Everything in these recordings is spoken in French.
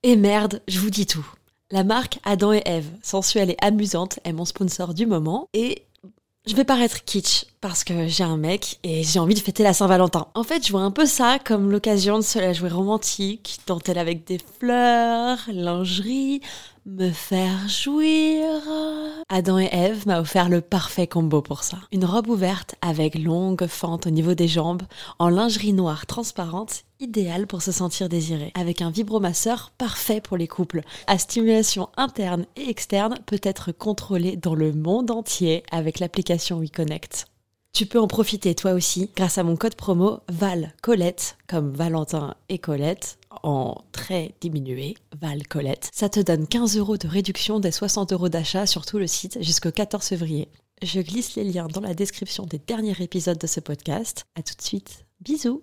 Et merde, je vous dis tout. La marque Adam et Ève, sensuelle et amusante, est mon sponsor du moment et je vais paraître kitsch parce que j'ai un mec et j'ai envie de fêter la Saint-Valentin. En fait, je vois un peu ça comme l'occasion de se la jouer romantique, dentelle avec des fleurs, lingerie, me faire jouir. Adam et Ève m'a offert le parfait combo pour ça. Une robe ouverte avec longue fente au niveau des jambes, en lingerie noire transparente, idéale pour se sentir désiré. Avec un vibromasseur parfait pour les couples. À stimulation interne et externe, peut être contrôlée dans le monde entier avec l'application WeConnect. Tu peux en profiter toi aussi grâce à mon code promo VALCOLETTE, comme Valentin et Colette, en très diminué, VALCOLETTE. Ça te donne 15 € de réduction des 60 € d'achat sur tout le site jusqu'au 14 février. Je glisse les liens dans la description des derniers épisodes de ce podcast. À tout de suite. Bisous.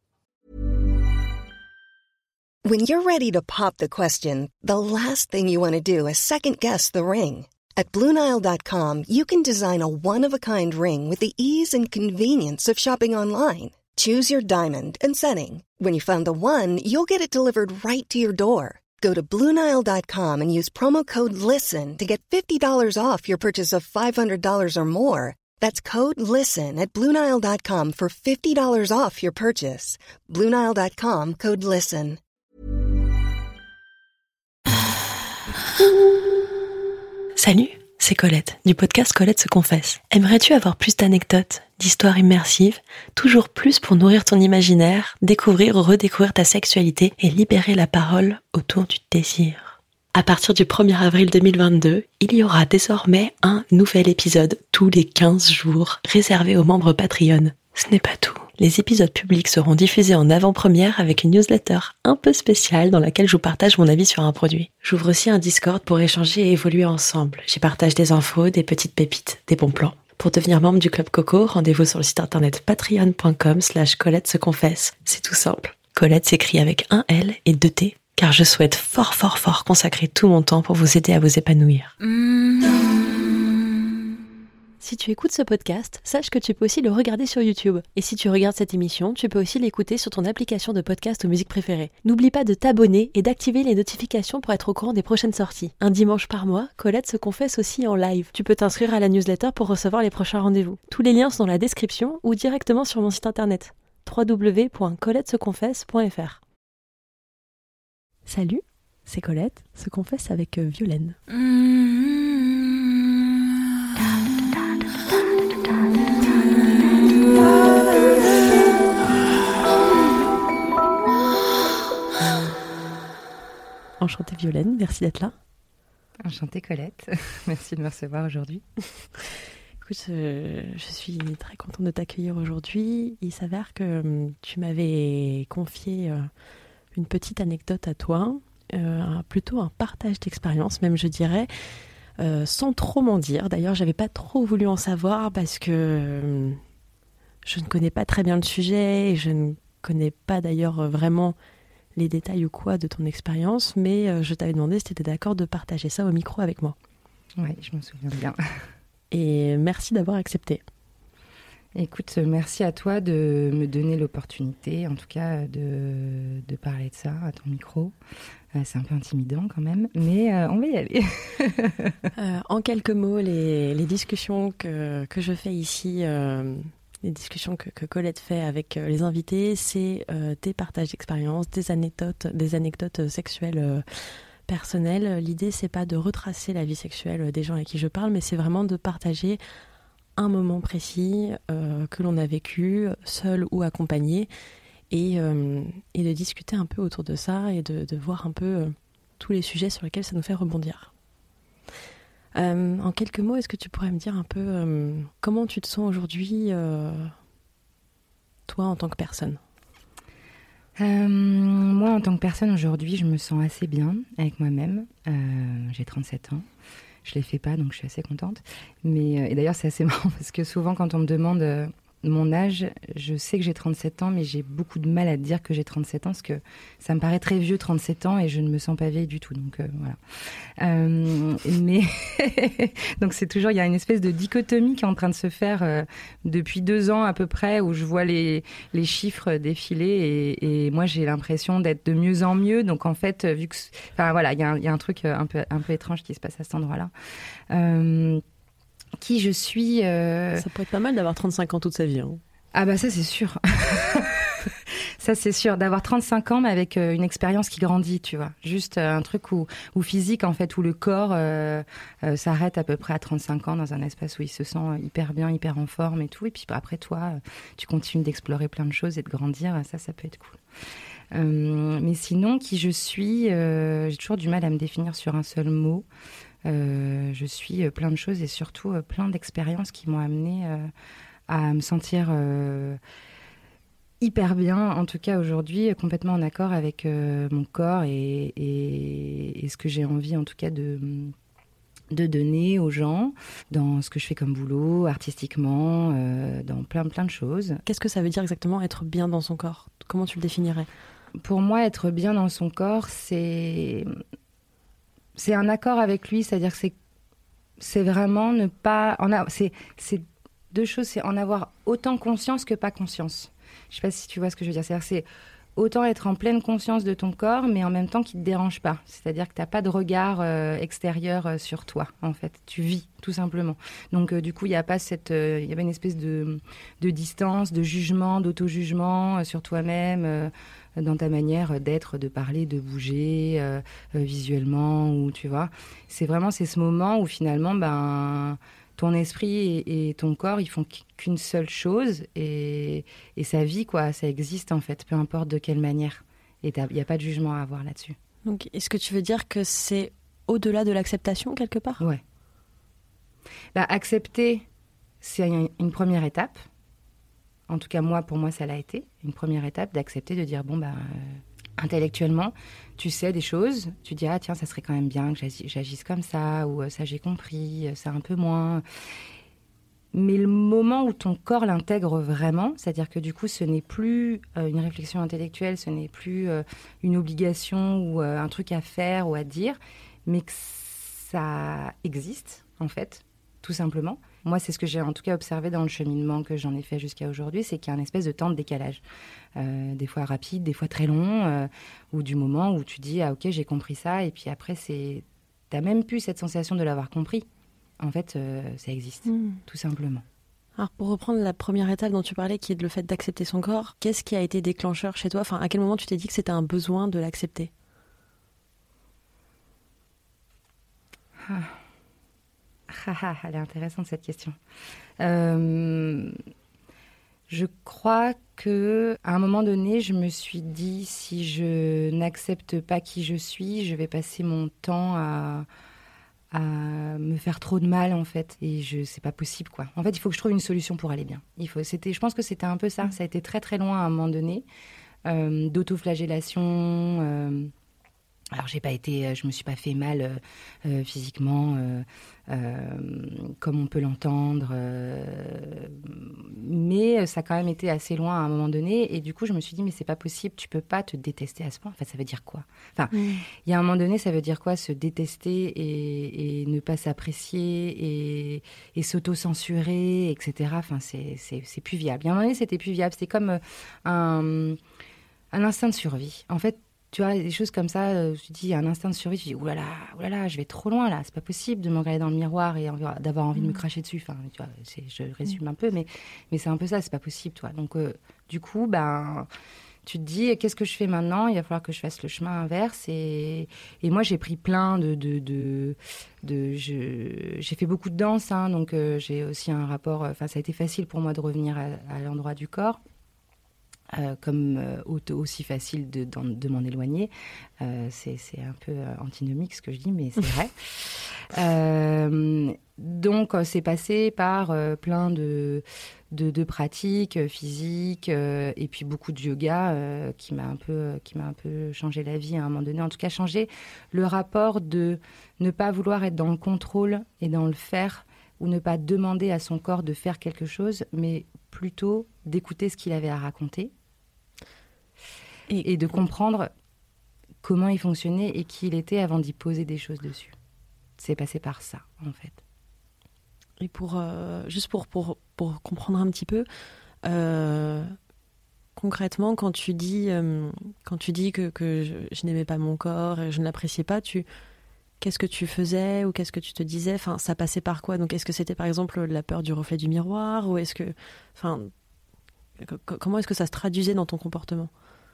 When you're ready to pop the question, the last thing you want to do is second-guess the ring. At BlueNile.com, you can design a one-of-a-kind ring with the ease and convenience of shopping online. Choose your diamond and setting. When you find the one, you'll get it delivered right to your door. Go to BlueNile.com and use promo code LISTEN to get $50 off your purchase of $500 or more. That's code LISTEN at BlueNile.com for $50 off your purchase. BlueNile.com, code LISTEN. Salut, c'est Colette, du podcast Colette se confesse. Aimerais-tu avoir plus d'anecdotes, d'histoires immersives, toujours plus pour nourrir ton imaginaire, découvrir ou redécouvrir ta sexualité et libérer la parole autour du désir? À partir du 1er avril 2022, il y aura désormais un nouvel épisode tous les 15 jours réservé aux membres Patreon. Ce n'est pas tout. Les épisodes publics seront diffusés en avant-première avec une newsletter un peu spéciale dans laquelle je vous partage mon avis sur un produit. J'ouvre aussi un Discord pour échanger et évoluer ensemble. J'y partage des infos, des petites pépites, des bons plans. Pour devenir membre du Club Coco, rendez-vous sur le site internet patreon.com/Colette se confesse. C'est tout simple. Colette s'écrit avec un L et 2 T, car je souhaite fort consacrer tout mon temps pour vous aider à vous épanouir. Si tu écoutes ce podcast, sache que tu peux aussi le regarder sur YouTube. Et si tu regardes cette émission, tu peux aussi l'écouter sur ton application de podcast ou musique préférée. N'oublie pas de t'abonner et d'activer les notifications pour être au courant des prochaines sorties. Un dimanche par mois, Colette se confesse aussi en live. Tu peux t'inscrire à la newsletter pour recevoir les prochains rendez-vous. Tous les liens sont dans la description ou directement sur mon site internet www.coletteseconfesse.fr. Salut, c'est Colette, se confesse avec Violaine. Enchantée Violaine, merci d'être là. Enchantée Colette, merci de me recevoir aujourd'hui. Écoute, je suis très contente de t'accueillir aujourd'hui. Il s'avère que tu m'avais confié une petite anecdote à toi, plutôt un partage d'expérience même je dirais, sans trop m'en dire. D'ailleurs, j'avais pas trop voulu en savoir parce que je ne connais pas très bien le sujet et je ne connais pas d'ailleurs vraiment les détails ou quoi de ton expérience, mais je t'avais demandé si tu étais d'accord de partager ça au micro avec moi. Oui, je me souviens bien. Et merci d'avoir accepté. Écoute, merci à toi de me donner l'opportunité, en tout cas, de parler de ça à ton micro. C'est un peu intimidant quand même, mais on va y aller. En quelques mots, les discussions que je fais ici, les discussions que Colette fait avec les invités, c'est des partages d'expériences, des anecdotes sexuelles personnelles. L'idée, c'est pas de retracer la vie sexuelle des gens avec qui je parle, mais c'est vraiment de partager un moment précis que l'on a vécu, seul ou accompagné, et de discuter un peu autour de ça et de voir un peu tous les sujets sur lesquels ça nous fait rebondir. En quelques mots, est-ce que tu pourrais me dire un peu comment tu te sens aujourd'hui, toi, en tant que personne ? Moi, en tant que personne, aujourd'hui, je me sens assez bien avec moi-même. J'ai 37 ans. Je ne les fais pas, donc je suis assez contente. Mais, et d'ailleurs, c'est assez marrant parce que souvent, quand on me demande mon âge, je sais que j'ai 37 ans, mais j'ai beaucoup de mal à dire que j'ai 37 ans, parce que ça me paraît très vieux, 37 ans, et je ne me sens pas vieille du tout. Donc voilà. Mais donc c'est toujours, il y a une espèce de dichotomie qui est en train de se faire depuis 2 ans à peu près, où je vois les chiffres défiler, et moi j'ai l'impression d'être de mieux en mieux. Donc en fait, vu que, enfin voilà, il y a un truc un peu étrange qui se passe à cet endroit-là. Qui je suis. Ça pourrait être pas mal d'avoir 35 ans toute sa vie. Hein. Ah bah ça c'est sûr. Ça c'est sûr, d'avoir 35 ans mais avec une expérience qui grandit, tu vois. Juste un truc où physique en fait, où le corps s'arrête à peu près à 35 ans dans un espace où il se sent hyper bien, hyper en forme et tout. Et puis après toi, tu continues d'explorer plein de choses et de grandir, ça peut être cool. Mais sinon, qui je suis, j'ai toujours du mal à me définir sur un seul mot. Je suis plein de choses et surtout plein d'expériences qui m'ont amenée à me sentir hyper bien, en tout cas aujourd'hui, complètement en accord avec mon corps et ce que j'ai envie en tout cas de donner aux gens dans ce que je fais comme boulot, artistiquement, dans plein de choses. Qu'est-ce que ça veut dire exactement être bien dans son corps ? Comment tu le définirais ? Pour moi, être bien dans son corps, c'est un accord avec lui, c'est-à-dire que c'est vraiment ne pas... C'est 2 choses, c'est en avoir autant conscience que pas conscience. Je sais pas si tu vois ce que je veux dire. C'est-à-dire que c'est autant être en pleine conscience de ton corps, mais en même temps qui te dérange pas. C'est-à-dire que t'as pas de regard extérieur sur toi, en fait. Tu vis, tout simplement. Donc, du coup, il y a pas il y avait une espèce de distance, de jugement, d'auto-jugement sur toi-même, dans ta manière d'être, de parler, de bouger, visuellement, ou tu vois. C'est ce moment où finalement, ton esprit et ton corps, ils font qu'une seule chose et ça vit, quoi. Ça existe, en fait, peu importe de quelle manière. Et il n'y a pas de jugement à avoir là-dessus. Donc, est-ce que tu veux dire que c'est au-delà de l'acceptation, quelque part ? Ouais. Accepter, c'est une première étape. En tout cas, pour moi, ça l'a été. Une première étape d'accepter, de dire, intellectuellement, tu sais des choses, tu dis, ah tiens, ça serait quand même bien que j'agisse comme ça, ou ça j'ai compris, ça un peu moins. Mais le moment où ton corps l'intègre vraiment, c'est-à-dire que du coup, ce n'est plus une réflexion intellectuelle, ce n'est plus une obligation ou un truc à faire ou à dire, mais que ça existe, en fait, tout simplement. Moi, c'est ce que j'ai en tout cas observé dans le cheminement que j'en ai fait jusqu'à aujourd'hui, c'est qu'il y a une espèce de temps de décalage. Des fois rapide, des fois très long, ou du moment où tu dis « Ah ok, j'ai compris ça », et puis après, t'as même plus cette sensation de l'avoir compris. En fait, ça existe, tout simplement. Alors, pour reprendre la première étape dont tu parlais, qui est le fait d'accepter son corps, qu'est-ce qui a été déclencheur chez toi ? Enfin, à quel moment tu t'es dit que c'était un besoin de l'accepter ? Elle est intéressante cette question. Je crois que à un moment donné, je me suis dit si je n'accepte pas qui je suis, je vais passer mon temps à me faire trop de mal en fait. Et c'est pas possible quoi. En fait, il faut que je trouve une solution pour aller bien. Je pense que c'était un peu ça. Ça a été très très loin à un moment donné, d'autoflagellation. Alors, je me suis pas fait mal physiquement, comme on peut l'entendre, mais ça a quand même été assez loin à un moment donné. Et du coup, je me suis dit, mais c'est pas possible, tu peux pas te détester à ce point. Enfin, ça veut dire quoi ? Enfin, il y a un moment donné, ça veut dire quoi, se détester et ne pas s'apprécier et s'auto-censurer, etc. Enfin, c'est plus viable. Il y a un moment donné, c'était plus viable. C'était comme un instinct de survie. En fait, tu vois, des choses comme ça, tu dis, un instinct de survie, tu dis, oulala, je vais trop loin là, c'est pas possible de me regarder dans le miroir et d'avoir envie de me cracher dessus. Enfin, tu vois, je résume un peu, mais c'est un peu ça, c'est pas possible, toi. Donc, du coup, tu te dis, qu'est-ce que je fais maintenant ? Il va falloir que je fasse le chemin inverse. Et moi, j'ai pris plein j'ai fait beaucoup de danse, hein, donc j'ai aussi un rapport. Enfin, ça a été facile pour moi de revenir à l'endroit du corps. Comme aussi facile de m'en éloigner. C'est un peu antinomique ce que je dis, mais c'est vrai. Donc, c'est passé par plein de pratiques physiques et puis beaucoup de yoga qui m'a un peu changé la vie à un moment donné. En tout cas, changé le rapport de ne pas vouloir être dans le contrôle et dans le faire, ou ne pas demander à son corps de faire quelque chose, mais plutôt d'écouter ce qu'il avait à raconter et de comprendre comment il fonctionnait et qui il était avant d'y poser des choses dessus. C'est passé par ça, en fait. Et juste pour comprendre un petit peu, concrètement, quand tu dis que je n'aimais pas mon corps et je ne l'appréciais pas, qu'est-ce que tu faisais ou qu'est-ce que tu te disais? Enfin, ça passait par quoi? Donc, est-ce que c'était par exemple la peur du reflet du miroir ou est-ce que, enfin, comment est-ce que ça se traduisait dans ton comportement?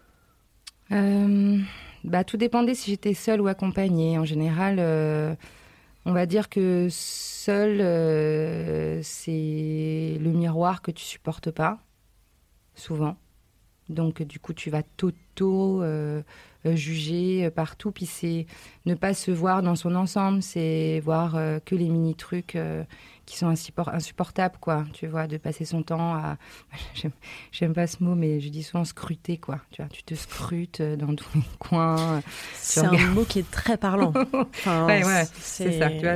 Tout dépendait si j'étais seule ou accompagnée. En général, on va dire que seule, c'est le miroir que tu supportes pas, souvent. Donc, du coup, tu vas juger partout. Puis, c'est ne pas se voir dans son ensemble. C'est voir que les mini-trucs qui sont insupportables, quoi. Tu vois, de passer son temps à... J'aime pas ce mot, mais je dis souvent scruter, quoi. Tu vois, tu te scrutes dans tous les coins. C'est un mot qui est très parlant. Enfin, ouais, c'est ça. Tu vois,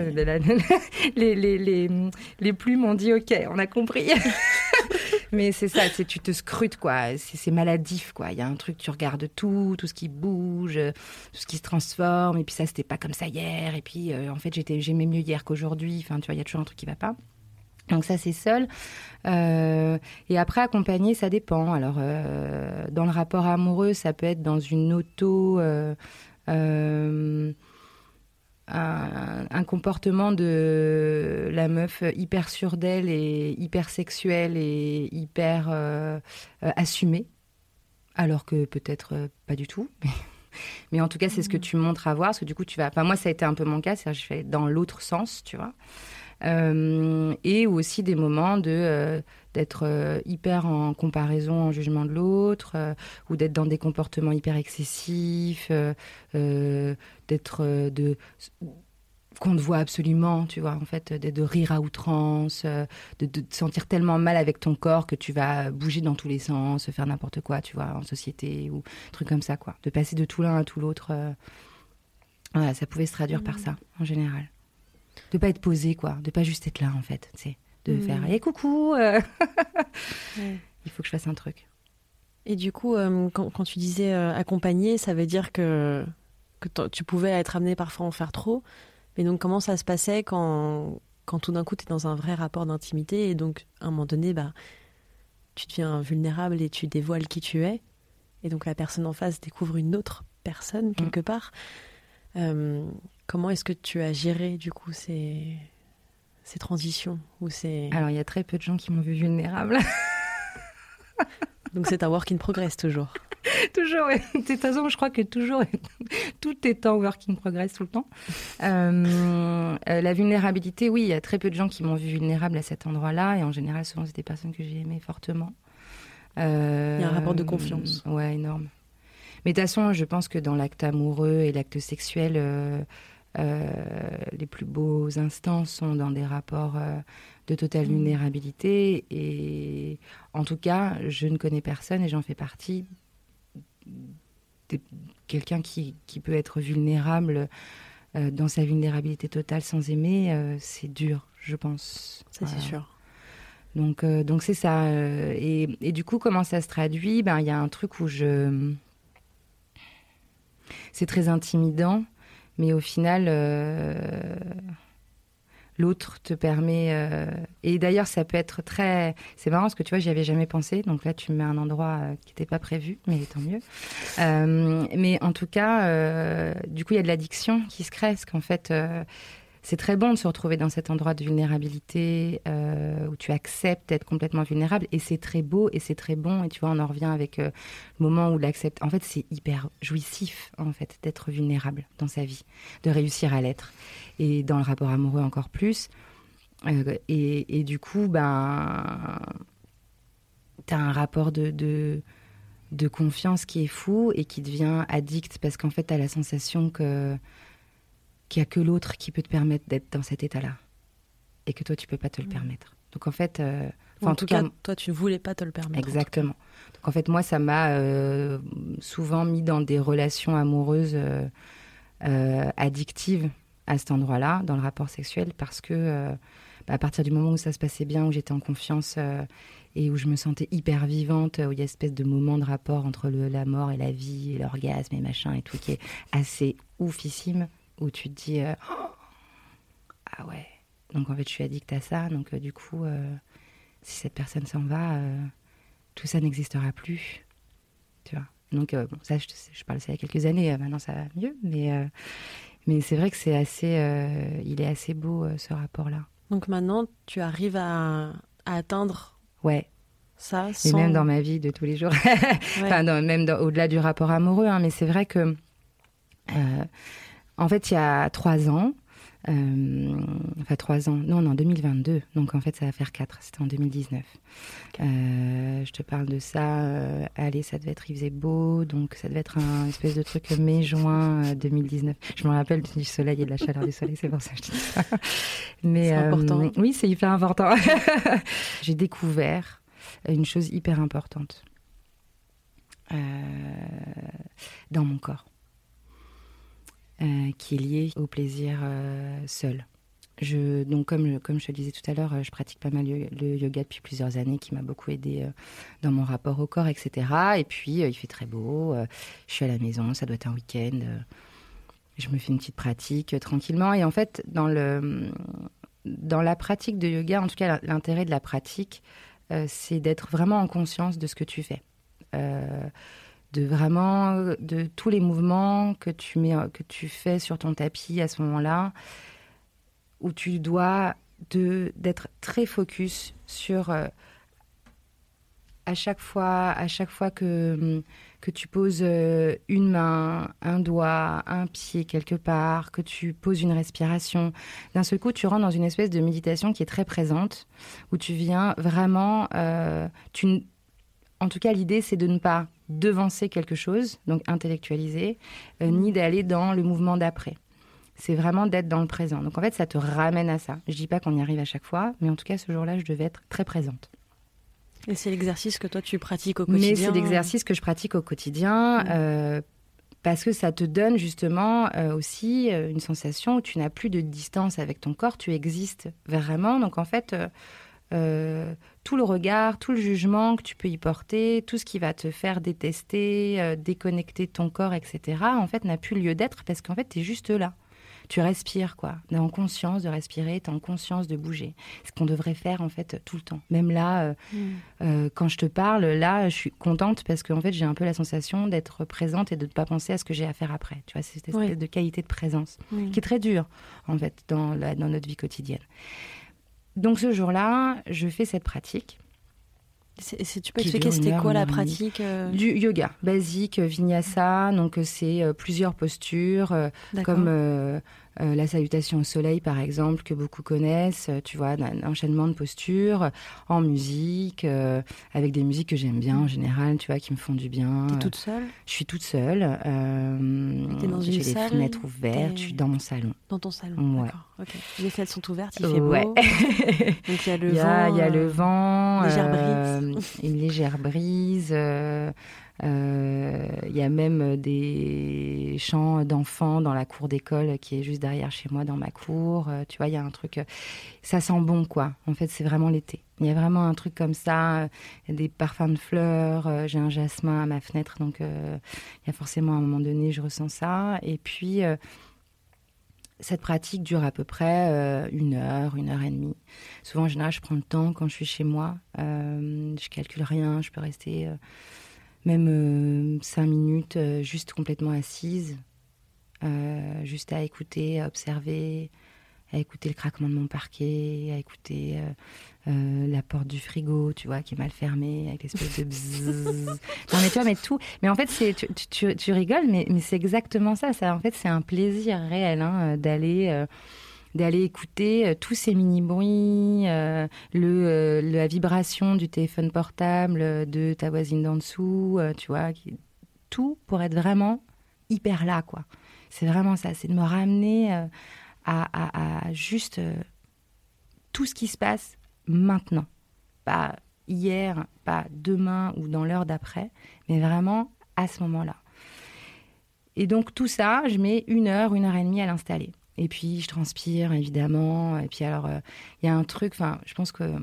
les plumes m'ont dit, OK, on a compris. Mais c'est ça, tu te scrutes, quoi. C'est maladif, quoi. Il y a un truc, tu regardes tout ce qui bouge, tout ce qui se transforme. Et puis ça, c'était pas comme ça hier. Et puis, en fait, j'aimais mieux hier qu'aujourd'hui. Enfin, tu vois, il y a toujours un truc qui va pas. Donc ça, c'est seul. Et après, accompagner, ça dépend. Alors, dans le rapport amoureux, ça peut être dans une un comportement de la meuf hyper sûre d'elle et hyper sexuelle et hyper assumée, alors que peut-être pas du tout. Mais en tout cas, c'est ce que tu montres à voir, parce que du coup, tu vas... Enfin, moi, ça a été un peu mon cas, c'est-à-dire que je fais dans l'autre sens, tu vois. Et aussi des moments d'être hyper en comparaison, en jugement de l'autre, ou d'être dans des comportements hyper excessifs, qu'on te voit absolument, tu vois, en fait, de rire à outrance, de te sentir tellement mal avec ton corps que tu vas bouger dans tous les sens, faire n'importe quoi, tu vois, en société, ou trucs comme ça, quoi. De passer de tout l'un à tout l'autre, voilà, ça pouvait se traduire par ça, en général. De pas être posé, quoi, de pas juste être là, en fait, tu sais, de faire « Hey, coucou Il faut que je fasse un truc. Et du coup, quand tu disais accompagner, ça veut dire que tu pouvais être amené parfois à en faire trop. Mais donc, comment ça se passait quand tout d'un coup, tu es dans un vrai rapport d'intimité et donc, à un moment donné, tu deviens vulnérable et tu dévoiles qui tu es. Et donc, la personne en face découvre une autre personne, quelque part. Comment est-ce que tu as géré, du coup, ces transitions ou ces... Alors, il y a très peu de gens qui m'ont vue vulnérable. Donc, c'est un work in progress, toujours. Toujours, oui. De toute façon, je crois que toujours, tout est en work in progress tout le temps. La vulnérabilité, oui, il y a très peu de gens qui m'ont vue vulnérable à cet endroit-là. Et en général, souvent, c'est des personnes que j'ai aimées fortement. Il y a un rapport de confiance. Ouais, énorme. Mais de toute façon, je pense que dans l'acte amoureux et l'acte sexuel, les plus beaux instants sont dans des rapports de totale vulnérabilité. Et en tout cas, je ne connais personne et j'en fais partie. Quelqu'un qui peut être vulnérable dans sa vulnérabilité totale sans aimer, c'est dur, je pense. Ça, c'est sûr. Donc c'est ça. Et du coup, comment ça se traduit ? Il y a un truc où c'est très intimidant, mais au final, l'autre te permet... Et d'ailleurs, ça peut être très... C'est marrant parce que tu vois, j'y avais jamais pensé. Donc là, tu me mets un endroit qui n'était pas prévu, mais tant mieux. Mais en tout cas, du coup, il y a de l'addiction qui se crée. Parce qu'en fait, c'est très bon de se retrouver dans cet endroit de vulnérabilité où tu acceptes d'être complètement vulnérable. Et c'est très beau et c'est très bon. Et tu vois, on en revient avec le moment où l'accepte. En fait, c'est hyper jouissif, en fait, d'être vulnérable dans sa vie, de réussir à l'être. Et dans le rapport amoureux encore plus. Et du coup, t'as un rapport de confiance qui est fou et qui devient addict parce qu'en fait, t'as la sensation qu'il n'y a que l'autre qui peut te permettre d'être dans cet état-là et que toi, tu peux pas te le permettre. Donc en fait... en tout cas, toi, tu ne voulais pas te le permettre. Exactement. Donc en fait, moi, ça m'a souvent mis dans des relations amoureuses addictives à cet endroit-là, dans le rapport sexuel, parce que à partir du moment où ça se passait bien, où j'étais en confiance et où je me sentais hyper vivante, où il y a une espèce de moment de rapport entre la mort et la vie, et l'orgasme et machin et tout, qui est assez oufissime, où tu te dis ah ouais, donc en fait je suis addict à ça, donc du coup si cette personne s'en va, tout ça n'existera plus, tu vois. Donc bon, ça je parle ça il y a quelques années, maintenant ça va mieux, mais c'est vrai que c'est assez il est assez beau ce rapport-là. Donc maintenant tu arrives à atteindre ça sans... Et même dans ma vie de tous les jours, enfin, au-delà du rapport amoureux, hein, mais c'est vrai que en fait il y a 3 ans, enfin 3 ans, non, 2022, donc en fait ça va faire 4, c'était en 2019. Je te parle de ça, allez, ça devait être, il faisait beau, donc ça devait être un espèce de truc mai-juin 2019. Je me rappelle du soleil et de la chaleur du soleil, c'est pour ça que je dis ça. Mais, c'est important. Oui, c'est hyper important. J'ai découvert une chose hyper importante dans mon corps. Qui est lié au plaisir seul. Donc comme je te le disais tout à l'heure, je pratique pas mal le yoga depuis plusieurs années, qui m'a beaucoup aidée dans mon rapport au corps, etc. Et puis, il fait très beau, je suis à la maison, ça doit être un week-end, je me fais une petite pratique tranquillement. Et en fait, dans la pratique de yoga, en tout cas, l'intérêt de la pratique, c'est d'être vraiment en conscience de ce que tu fais. De tous les mouvements que tu fais sur ton tapis à ce moment-là, où tu dois d'être très focus sur à chaque fois que tu poses une main, un doigt, un pied quelque part, que tu poses une respiration, d'un seul coup tu rentres dans une espèce de méditation qui est très présente, où tu viens vraiment en tout cas, l'idée, c'est de ne pas devancer quelque chose, donc intellectualiser, ni d'aller dans le mouvement d'après. C'est vraiment d'être dans le présent. Donc en fait, ça te ramène à ça. Je ne dis pas qu'on y arrive à chaque fois, mais en tout cas, ce jour-là, je devais être très présente. Et c'est l'exercice que toi, tu pratiques au quotidien? Mais c'est l'exercice que je pratique au quotidien, parce que ça te donne justement aussi une sensation où tu n'as plus de distance avec ton corps, tu existes vraiment. Donc en fait... tout le regard, tout le jugement que tu peux y porter, tout ce qui va te faire détester, déconnecter de ton corps, etc., en fait, n'a plus lieu d'être parce qu'en fait, tu es juste là. Tu respires, quoi. Tu es en conscience de respirer, tu es en conscience de bouger. Ce qu'on devrait faire, en fait, tout le temps. Même là, quand je te parle, là, je suis contente parce qu'en fait, j'ai un peu la sensation d'être présente et de ne pas penser à ce que j'ai à faire après. Tu vois, c'est cette espèce de qualité de présence qui est très dure, en fait, dans notre vie quotidienne. Donc ce jour-là, je fais cette pratique. Tu peux expliquer c'était quoi la pratique Du yoga basique, vinyasa. Donc c'est plusieurs postures, comme la salutation au soleil par exemple, que beaucoup connaissent. Tu vois, un enchaînement de postures en musique, avec des musiques que j'aime bien en général, tu vois, qui me font du bien. T'es toute seule? Je suis toute seule. T'es dans une j'ai salle? les fenêtres ouvertes. Je suis dans mon salon. Dans ton salon, ouais. D'accord. Okay. Les fenêtres sont ouvertes, il fait beau. Ouais. Donc il y a le vent. Il y a le vent. Une légère brise. Il y a même des chants d'enfants dans la cour d'école qui est juste derrière chez moi, dans ma cour. Tu vois, il y a un truc... ça sent bon, quoi. En fait, c'est vraiment l'été. Il y a vraiment un truc comme ça. Des parfums de fleurs. J'ai un jasmin à ma fenêtre. Donc, il y a forcément, à un moment donné, je ressens ça. Et puis... cette pratique dure à peu près 1 heure, 1 heure et demie. Souvent, en général, je prends le temps quand je suis chez moi. Je calcule rien. Je peux rester même 5 minutes juste complètement assise, juste à écouter, à observer, à écouter le craquement de mon parquet, à écouter la porte du frigo, tu vois, qui est mal fermée, avec l'espèce de bzzz. Non, mais tu vois, mais tout. Mais en fait, tu rigoles, mais c'est exactement ça. En fait, c'est un plaisir réel d'aller écouter tous ces mini-bruits, la vibration du téléphone portable de ta voisine d'en dessous, tu vois, tout pour être vraiment hyper là, quoi. C'est vraiment ça, c'est de me ramener à juste tout ce qui se passe maintenant. Pas hier, pas demain ou dans l'heure d'après, mais vraiment à ce moment-là. Et donc tout ça, je mets 1 heure, 1 heure et demie à l'installer. Et puis, je transpire, évidemment. Et puis, alors, il y a un truc, je pense que...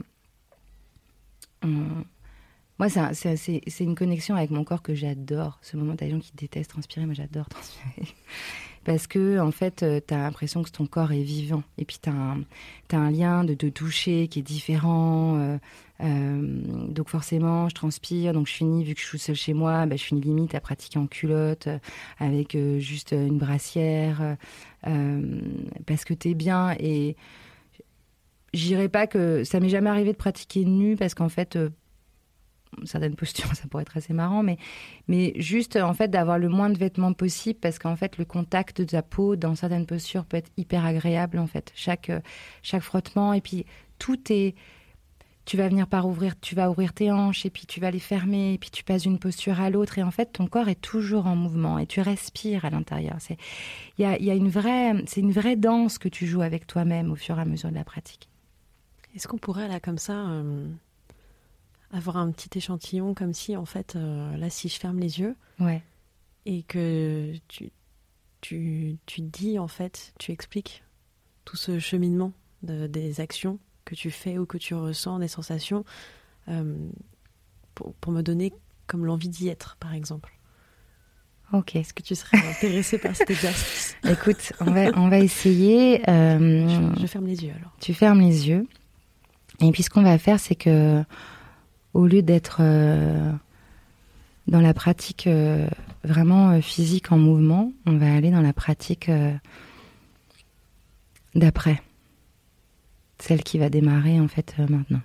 Moi, c'est une connexion avec mon corps que j'adore. Ce moment, t'as des gens qui détestent transpirer, moi j'adore transpirer. Parce que, en fait, t'as l'impression que ton corps est vivant. Et puis, t'as un lien de toucher qui est différent. Donc, forcément, je transpire. Donc, je finis, vu que je suis seule chez moi, je finis limite à pratiquer en culotte, avec juste une brassière. Parce que t'es bien. Et je dirais pas que... Ça m'est jamais arrivé de pratiquer nue, parce qu'en fait... certaines postures, ça pourrait être assez marrant, mais juste en fait d'avoir le moins de vêtements possible, parce qu'en fait le contact de ta peau dans certaines postures peut être hyper agréable en fait. Chaque frottement, et puis tu vas venir tu vas ouvrir tes hanches et puis tu vas les fermer, et puis tu passes d'une posture à l'autre, et en fait ton corps est toujours en mouvement et tu respires à l'intérieur. C'est une vraie danse que tu joues avec toi-même au fur et à mesure de la pratique. Est-ce qu'on pourrait là comme ça avoir un petit échantillon, comme si, en fait, là, si je ferme les yeux, ouais, et que tu dis, en fait, tu expliques tout ce cheminement des actions que tu fais ou que tu ressens, des sensations, pour me donner comme l'envie d'y être, par exemple. Ok. Est-ce que tu serais intéressée par cet exercice ? Écoute, on va essayer. Je ferme les yeux, alors. Tu fermes les yeux. Et puis, ce qu'on va faire, c'est que au lieu d'être dans la pratique vraiment physique en mouvement, on va aller dans la pratique d'après. Celle qui va démarrer en fait maintenant.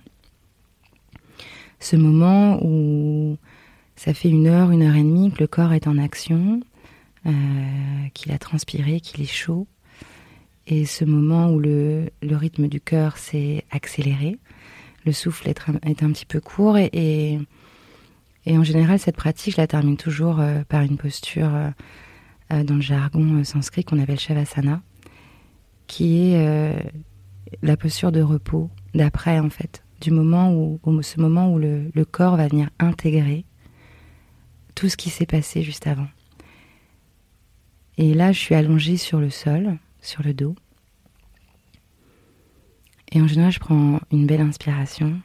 Ce moment où ça fait 1 heure, 1 heure et demie que le corps est en action, qu'il a transpiré, qu'il est chaud. Et ce moment où le rythme du cœur s'est accéléré. Le souffle est un petit peu court et en général, cette pratique, je la termine toujours par une posture dans le jargon sanskrit qu'on appelle Shavasana, qui est la posture de repos, d'après en fait, ce moment où le corps va venir intégrer tout ce qui s'est passé juste avant. Et là, je suis allongée sur le sol, sur le dos. Et en général, je prends une belle inspiration.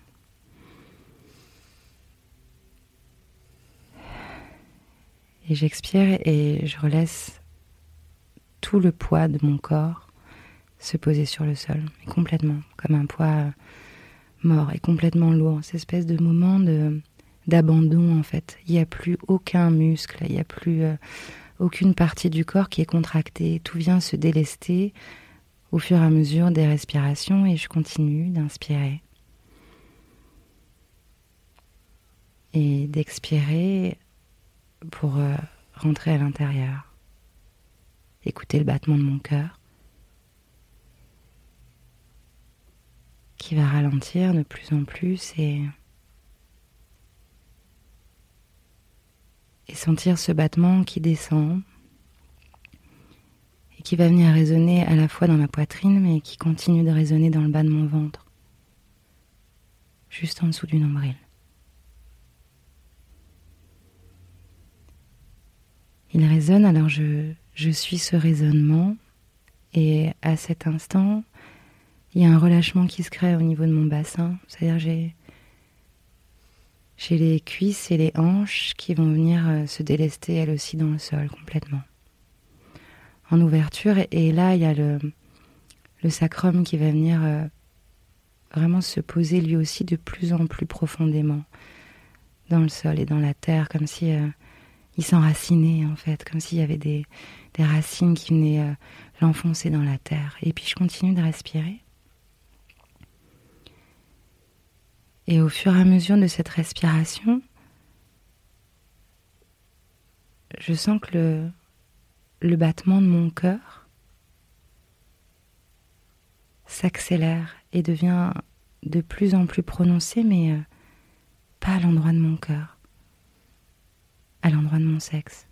Et j'expire et je relaisse tout le poids de mon corps se poser sur le sol, et complètement, comme un poids mort et complètement lourd. Cette espèce de moment d'abandon, en fait. Il n'y a plus aucun muscle, il n'y a plus aucune partie du corps qui est contractée. Tout vient se délester au fur et à mesure des respirations, et je continue d'inspirer et d'expirer pour rentrer à l'intérieur, écouter le battement de mon cœur qui va ralentir de plus en plus et sentir ce battement qui descend et qui va venir résonner à la fois dans ma poitrine, mais qui continue de résonner dans le bas de mon ventre, juste en dessous du nombril. Il résonne, alors je suis ce résonnement, et à cet instant, il y a un relâchement qui se crée au niveau de mon bassin, c'est-à-dire j'ai les cuisses et les hanches qui vont venir se délester elles aussi dans le sol complètement, en ouverture, et là il y a le sacrum qui va venir vraiment se poser lui aussi de plus en plus profondément dans le sol et dans la terre, comme si il s'enracinait en fait, comme s'il y avait des racines qui venaient l'enfoncer dans la terre. Et puis je continue de respirer. Et au fur et à mesure de cette respiration, je sens que le battement de mon cœur s'accélère et devient de plus en plus prononcé, mais pas à l'endroit de mon cœur, à l'endroit de mon sexe.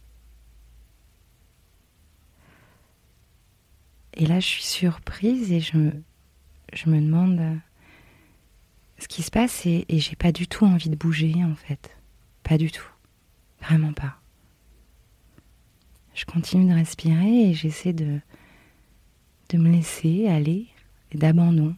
Et là, je suis surprise et je me demande ce qui se passe, et j'ai pas du tout envie de bouger en fait. Pas du tout. Vraiment pas. Je continue de respirer et j'essaie de de me laisser aller et d'abandon.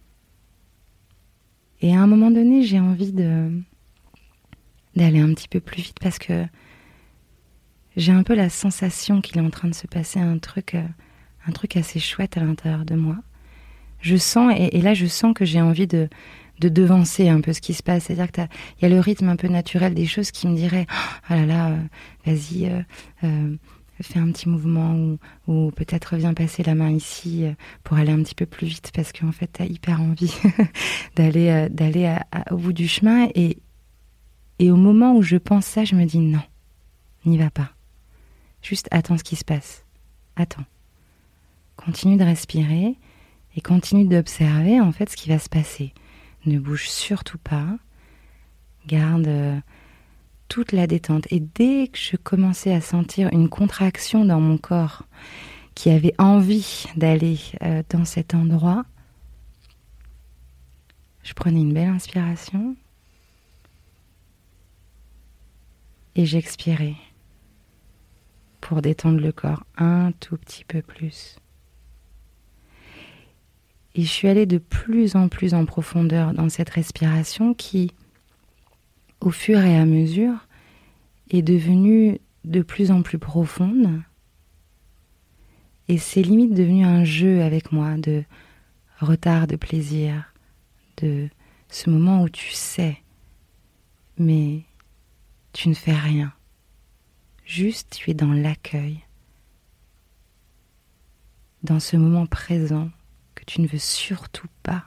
Et à un moment donné, j'ai envie d'aller un petit peu plus vite parce que j'ai un peu la sensation qu'il est en train de se passer un truc assez chouette à l'intérieur de moi. Je sens, et là je sens que j'ai envie de devancer un peu ce qui se passe. C'est-à-dire qu'il y a le rythme un peu naturel des choses qui me dirait « Ah là là, vas-y, fais un petit mouvement ou peut-être viens passer la main ici pour aller un petit peu plus vite parce qu'en fait t'as hyper envie d'aller au bout du chemin. » Et au moment où je pense ça, je me dis « Non, n'y va pas. Juste attends ce qui se passe. Attends. Continue de respirer et continue d'observer en fait ce qui va se passer. Ne bouge surtout pas. Garde toute la détente. » Et dès que je commençais à sentir une contraction dans mon corps qui avait envie d'aller dans cet endroit, je prenais une belle inspiration et j'expirais pour détendre le corps un tout petit peu plus. Et je suis allée de plus en plus en profondeur dans cette respiration qui, au fur et à mesure, est devenue de plus en plus profonde. Et c'est limite devenu un jeu avec moi de retard de plaisir, de ce moment où tu sais, mais tu ne fais rien. Juste, tu es dans l'accueil, dans ce moment présent que tu ne veux surtout pas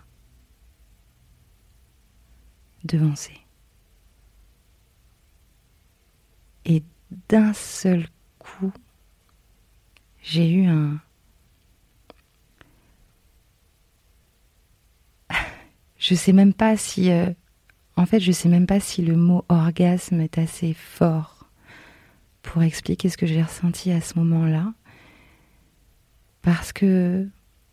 devancer. Et d'un seul coup, j'ai eu je sais même pas si je sais même pas si le mot orgasme est assez fort pour expliquer ce que j'ai ressenti à ce moment-là, parce que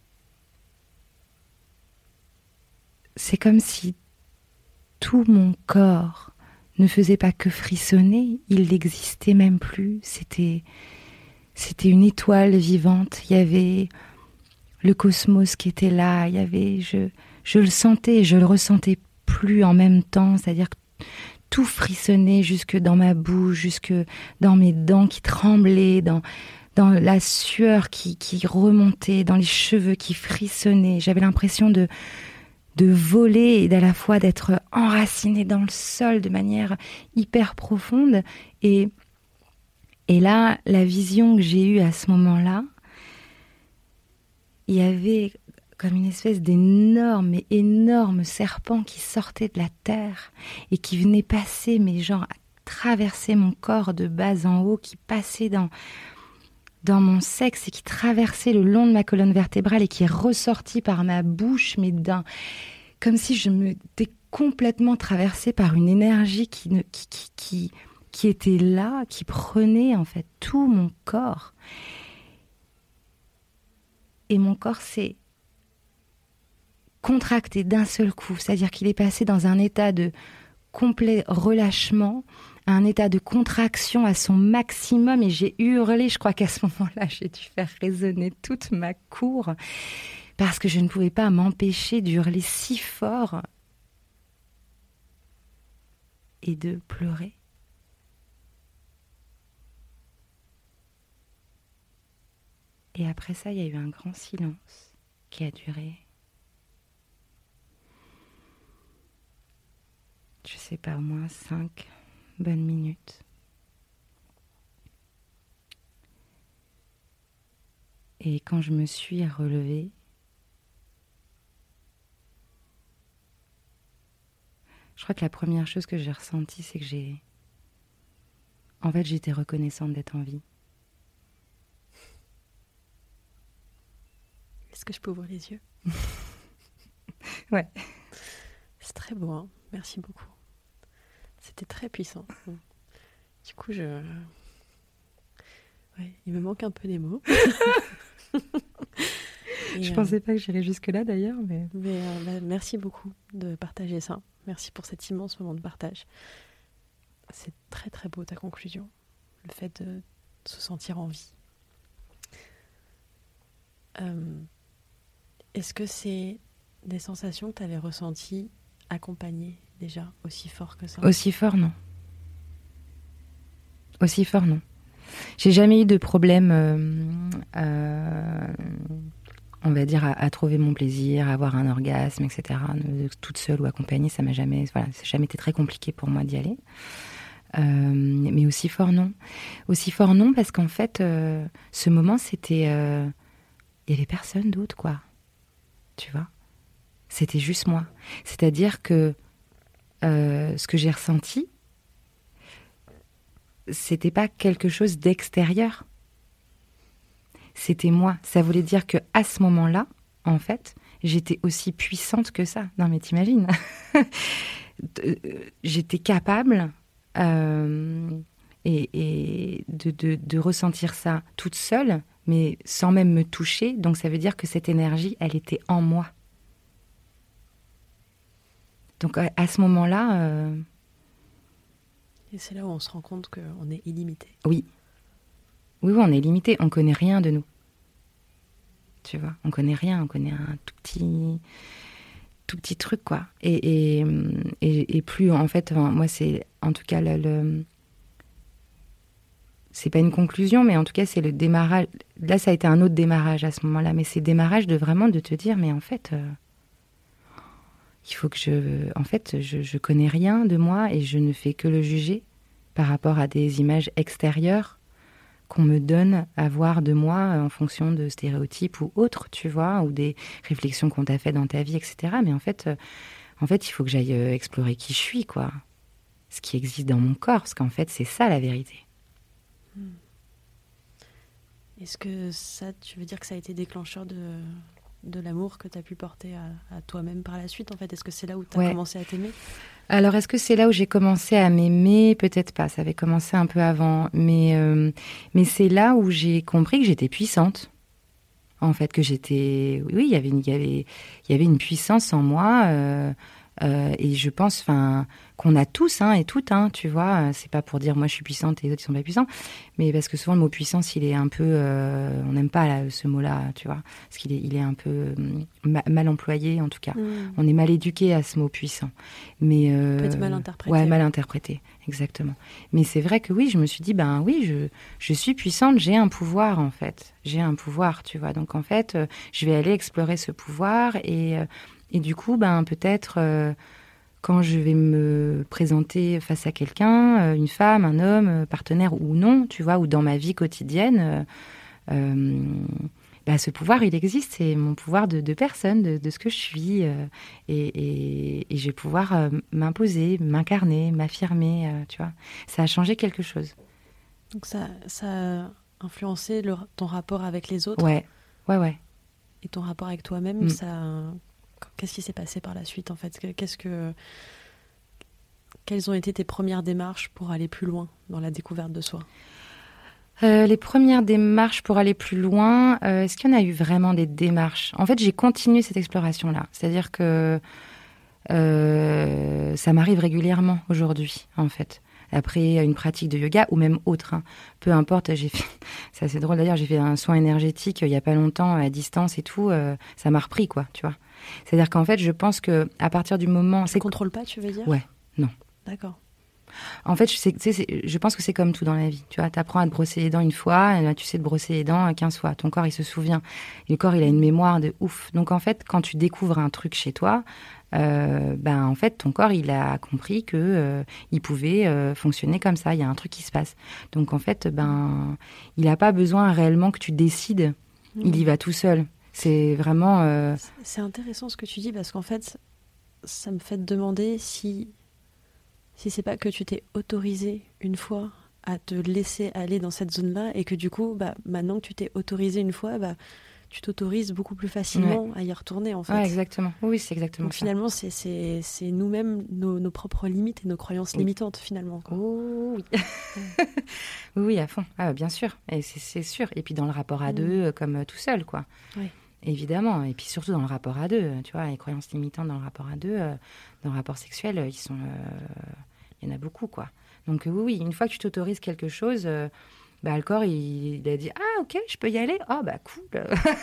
c'est comme si tout mon corps ne faisait pas que frissonner, il n'existait même plus. C'était une étoile vivante. Il y avait le cosmos qui était là. Il y avait, je le sentais, je le ressentais plus en même temps. C'est-à-dire que tout frissonnait jusque dans ma bouche, jusque dans mes dents qui tremblaient, dans la sueur qui remontait, dans les cheveux qui frissonnaient. J'avais l'impression de voler et à la fois d'être enracinée dans le sol de manière hyper profonde. Et là, la vision que j'ai eue à ce moment-là, il y avait comme une espèce d'énorme et énorme serpent qui sortait de la terre et qui venait passer, mais genre à traverser mon corps de bas en haut, qui passait dans mon sexe et qui traversait le long de ma colonne vertébrale et qui est ressorti par ma bouche, mais comme si je m'étais complètement traversée par une énergie qui était là, qui prenait en fait tout mon corps. Et mon corps s'est contracté d'un seul coup, c'est-à-dire qu'il est passé dans un état de complet relâchement, un état de contraction à son maximum, et j'ai hurlé. Je crois qu'à ce moment-là, j'ai dû faire résonner toute ma cour parce que je ne pouvais pas m'empêcher d'hurler si fort et de pleurer. Et après ça, il y a eu un grand silence qui a duré, je sais pas, au moins 5 bonnes minutes. Et quand je me suis relevée, je crois que la première chose que j'ai ressentie, c'est que j'étais reconnaissante d'être en vie. Est-ce que je peux ouvrir les yeux? Ouais. C'est très beau, hein. Merci beaucoup. C'était très puissant. Du coup, ouais, il me manque un peu des mots. Je pensais pas que j'irais jusque-là d'ailleurs, mais merci beaucoup de partager ça. Merci pour cet immense moment de partage. C'est très très beau ta conclusion. Le fait de se sentir en vie. Est-ce que c'est des sensations que tu avais ressenties accompagnées déjà aussi fort que ça ? Aussi fort, non. Aussi fort, non. J'ai jamais eu de problème, on va dire, à trouver mon plaisir, à avoir un orgasme, etc. Toute seule ou accompagnée, ça n'a jamais été très compliqué pour moi d'y aller. Mais aussi fort, non. Aussi fort, non, parce qu'en fait, ce moment, c'était... il y avait personne d'autre, quoi. Tu vois ? C'était juste moi. C'est-à-dire que ce que j'ai ressenti, c'était pas quelque chose d'extérieur. C'était moi. Ça voulait dire que à ce moment-là, en fait, j'étais aussi puissante que ça. Non, mais t'imagines ? J'étais capable et de ressentir ça toute seule, mais sans même me toucher. Donc, ça veut dire que cette énergie, elle était en moi. Donc, à ce moment-là... Et c'est là où on se rend compte qu'on est illimité. Oui. Oui, on est limité. On connaît rien de nous. Tu vois, on connaît rien. On connaît un tout petit truc, quoi. Et plus, en fait, moi, c'est, en tout cas, c'est pas une conclusion, mais en tout cas, c'est le démarrage. Là, ça a été un autre démarrage à ce moment-là. Mais c'est démarrage de vraiment de te dire, mais en fait, il faut que je connais rien de moi et je ne fais que le juger par rapport à des images extérieures qu'on me donne à voir de moi en fonction de stéréotypes ou autres, tu vois, ou des réflexions qu'on t'a fait dans ta vie, etc. Mais en fait, il faut que j'aille explorer qui je suis, quoi. Ce qui existe dans mon corps, parce qu'en fait, c'est ça la vérité. Est-ce que ça, tu veux dire que ça a été déclencheur de l'amour que tu as pu porter à toi-même par la suite, en fait ? Est-ce que c'est là où tu as commencé à t'aimer ? Alors, est-ce que c'est là où j'ai commencé à m'aimer ? Peut-être pas, ça avait commencé un peu avant. Mais c'est là où j'ai compris que j'étais puissante. En fait, que j'étais... Oui, il y avait une puissance en moi. Et je pense qu'on a tous et toutes, tu vois. C'est pas pour dire moi je suis puissante et les autres ils sont pas puissants, mais parce que souvent le mot puissance il est un peu, on n'aime pas ce mot-là, tu vois, parce il est un peu mal employé en tout cas. On est mal éduqué à ce mot puissant, mais peut être mal interprété. Ouais, mal interprété, exactement. Mais c'est vrai que oui, je me suis dit oui, je suis puissante, j'ai un pouvoir en fait, j'ai un pouvoir, tu vois. Donc en fait, je vais aller explorer ce pouvoir et du coup, peut-être, quand je vais me présenter face à quelqu'un, une femme, un homme, partenaire ou non, tu vois, ou dans ma vie quotidienne, ce pouvoir, il existe. C'est mon pouvoir de personne, de ce que je suis. Et je vais pouvoir m'imposer, m'incarner, m'affirmer, tu vois. Ça a changé quelque chose. Donc ça a influencé ton rapport avec les autres ? Ouais. Et ton rapport avec toi-même, qu'est-ce qui s'est passé par la suite, en fait ? Quelles ont été tes premières démarches pour aller plus loin dans la découverte de soi ? Les premières démarches pour aller plus loin, est-ce qu'il y en a eu vraiment des démarches ? En fait, j'ai continué cette exploration-là. C'est-à-dire que ça m'arrive régulièrement aujourd'hui, en fait. Après une pratique de yoga ou même autre, peu importe, c'est assez drôle d'ailleurs, j'ai fait un soin énergétique il y a pas longtemps à distance et tout, ça m'a repris, quoi, tu vois. C'est-à-dire qu'en fait, je pense que à partir du moment... Tu ne contrôles pas, tu veux dire ? Ouais, non. D'accord. En fait, je pense que c'est comme tout dans la vie. Tu vois, t'apprends à te brosser les dents une fois, et là, tu sais te brosser les dents 15 fois. Ton corps, il se souvient. Et le corps, il a une mémoire de ouf. Donc, en fait, quand tu découvres un truc chez toi, en fait, ton corps, il a compris que il pouvait fonctionner comme ça. Il y a un truc qui se passe. Donc, en fait, il n'a pas besoin réellement que tu décides. Il y va tout seul. C'est vraiment... C'est intéressant ce que tu dis, parce qu'en fait, ça me fait te demander si c'est pas que tu t'es autorisé une fois à te laisser aller dans cette zone-là, et que du coup, maintenant que tu t'es autorisé une fois, tu t'autorises beaucoup plus facilement à y retourner, en fait. Ouais, exactement. Oui, c'est exactement Donc, ça. finalement, c'est nous-mêmes, nos propres limites et nos croyances limitantes, finalement, quoi. Oh, oui. Oui, à fond. Ah, bien sûr. Et c'est sûr. Et puis dans le rapport à deux, comme tout seul, quoi. Oui. Évidemment. Et puis surtout dans le rapport à deux, tu vois, les croyances limitantes dans le rapport à deux, dans le rapport sexuel, il y en a beaucoup, quoi. Donc oui, une fois que tu t'autorises quelque chose, le corps, il a dit « Ah, ok, je peux y aller. Ah, cool. »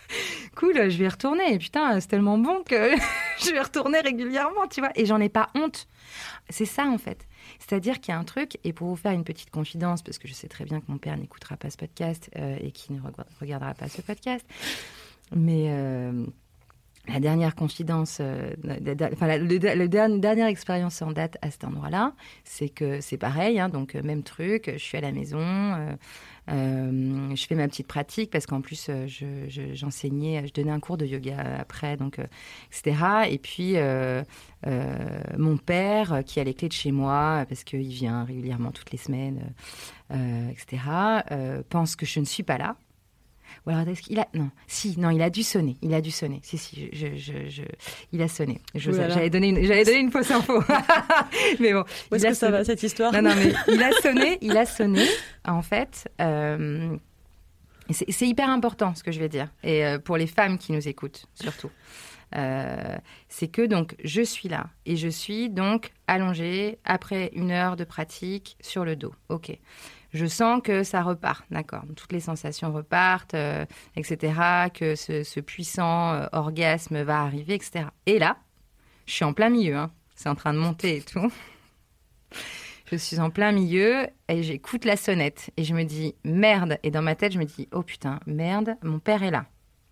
Cool, je vais y retourner. Et putain, c'est tellement bon que je vais retourner régulièrement, tu vois. Et j'en ai pas honte. C'est ça, en fait. C'est-à-dire qu'il y a un truc, et pour vous faire une petite confidence, parce que je sais très bien que mon père n'écoutera pas ce podcast et qu'il ne regardera pas ce podcast, mais la dernière confidence, la dernière expérience en date à cet endroit-là, c'est que c'est pareil, hein, donc même truc, je suis à la maison, je fais ma petite pratique parce qu'en plus j'enseignais, je donnais un cours de yoga après, donc etc. Et puis mon père qui a les clés de chez moi parce qu'il vient régulièrement toutes les semaines, etc. Pense que je ne suis pas là. Ou alors est-ce qu'il a il a dû sonner. Il a dû sonner. Si, il a sonné. J'allais donner une fausse info. Mais bon. Où est-ce que ça va cette histoire? Non, mais il a sonné. En fait, c'est hyper important ce que je vais dire. Et pour les femmes qui nous écoutent surtout, c'est que donc je suis là et je suis donc allongée après 1 heure de pratique sur le dos. Ok. Je sens que ça repart, d'accord. Toutes les sensations repartent, etc. Que ce puissant orgasme va arriver, etc. Et là, je suis en plein milieu, hein. C'est en train de monter et tout. Je suis en plein milieu et j'écoute la sonnette. Et je me dis, merde. Et dans ma tête, je me dis, oh putain, merde, mon père est là.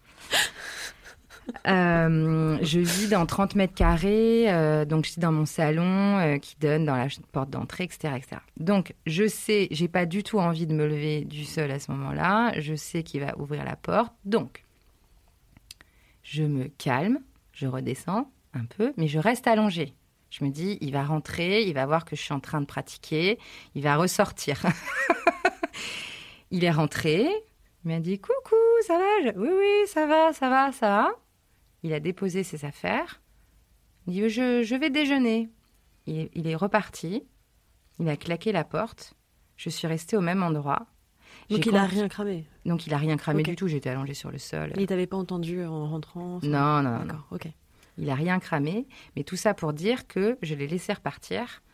Je vis dans 30 mètres carrés, donc je suis dans mon salon qui donne dans la porte d'entrée, etc., etc. Donc je sais, j'ai pas du tout envie de me lever du sol à ce moment-là. Je sais qu'il va ouvrir la porte, donc je me calme, je redescends un peu, mais je reste allongée. Je me dis, il va rentrer, il va voir que je suis en train de pratiquer, il va ressortir. Il est rentré, il m'a dit, coucou, ça va? Oui, ça va. Il a déposé ses affaires. Il dit, je vais déjeuner. Il est reparti. Il a claqué la porte. Je suis restée au même endroit. Donc il n'a rien cramé? Donc il n'a rien cramé du tout. J'étais allongée sur le sol. Il ne t'avait pas entendu en rentrant? Non. D'accord, ok. Il n'a rien cramé. Mais tout ça pour dire que je l'ai laissé repartir.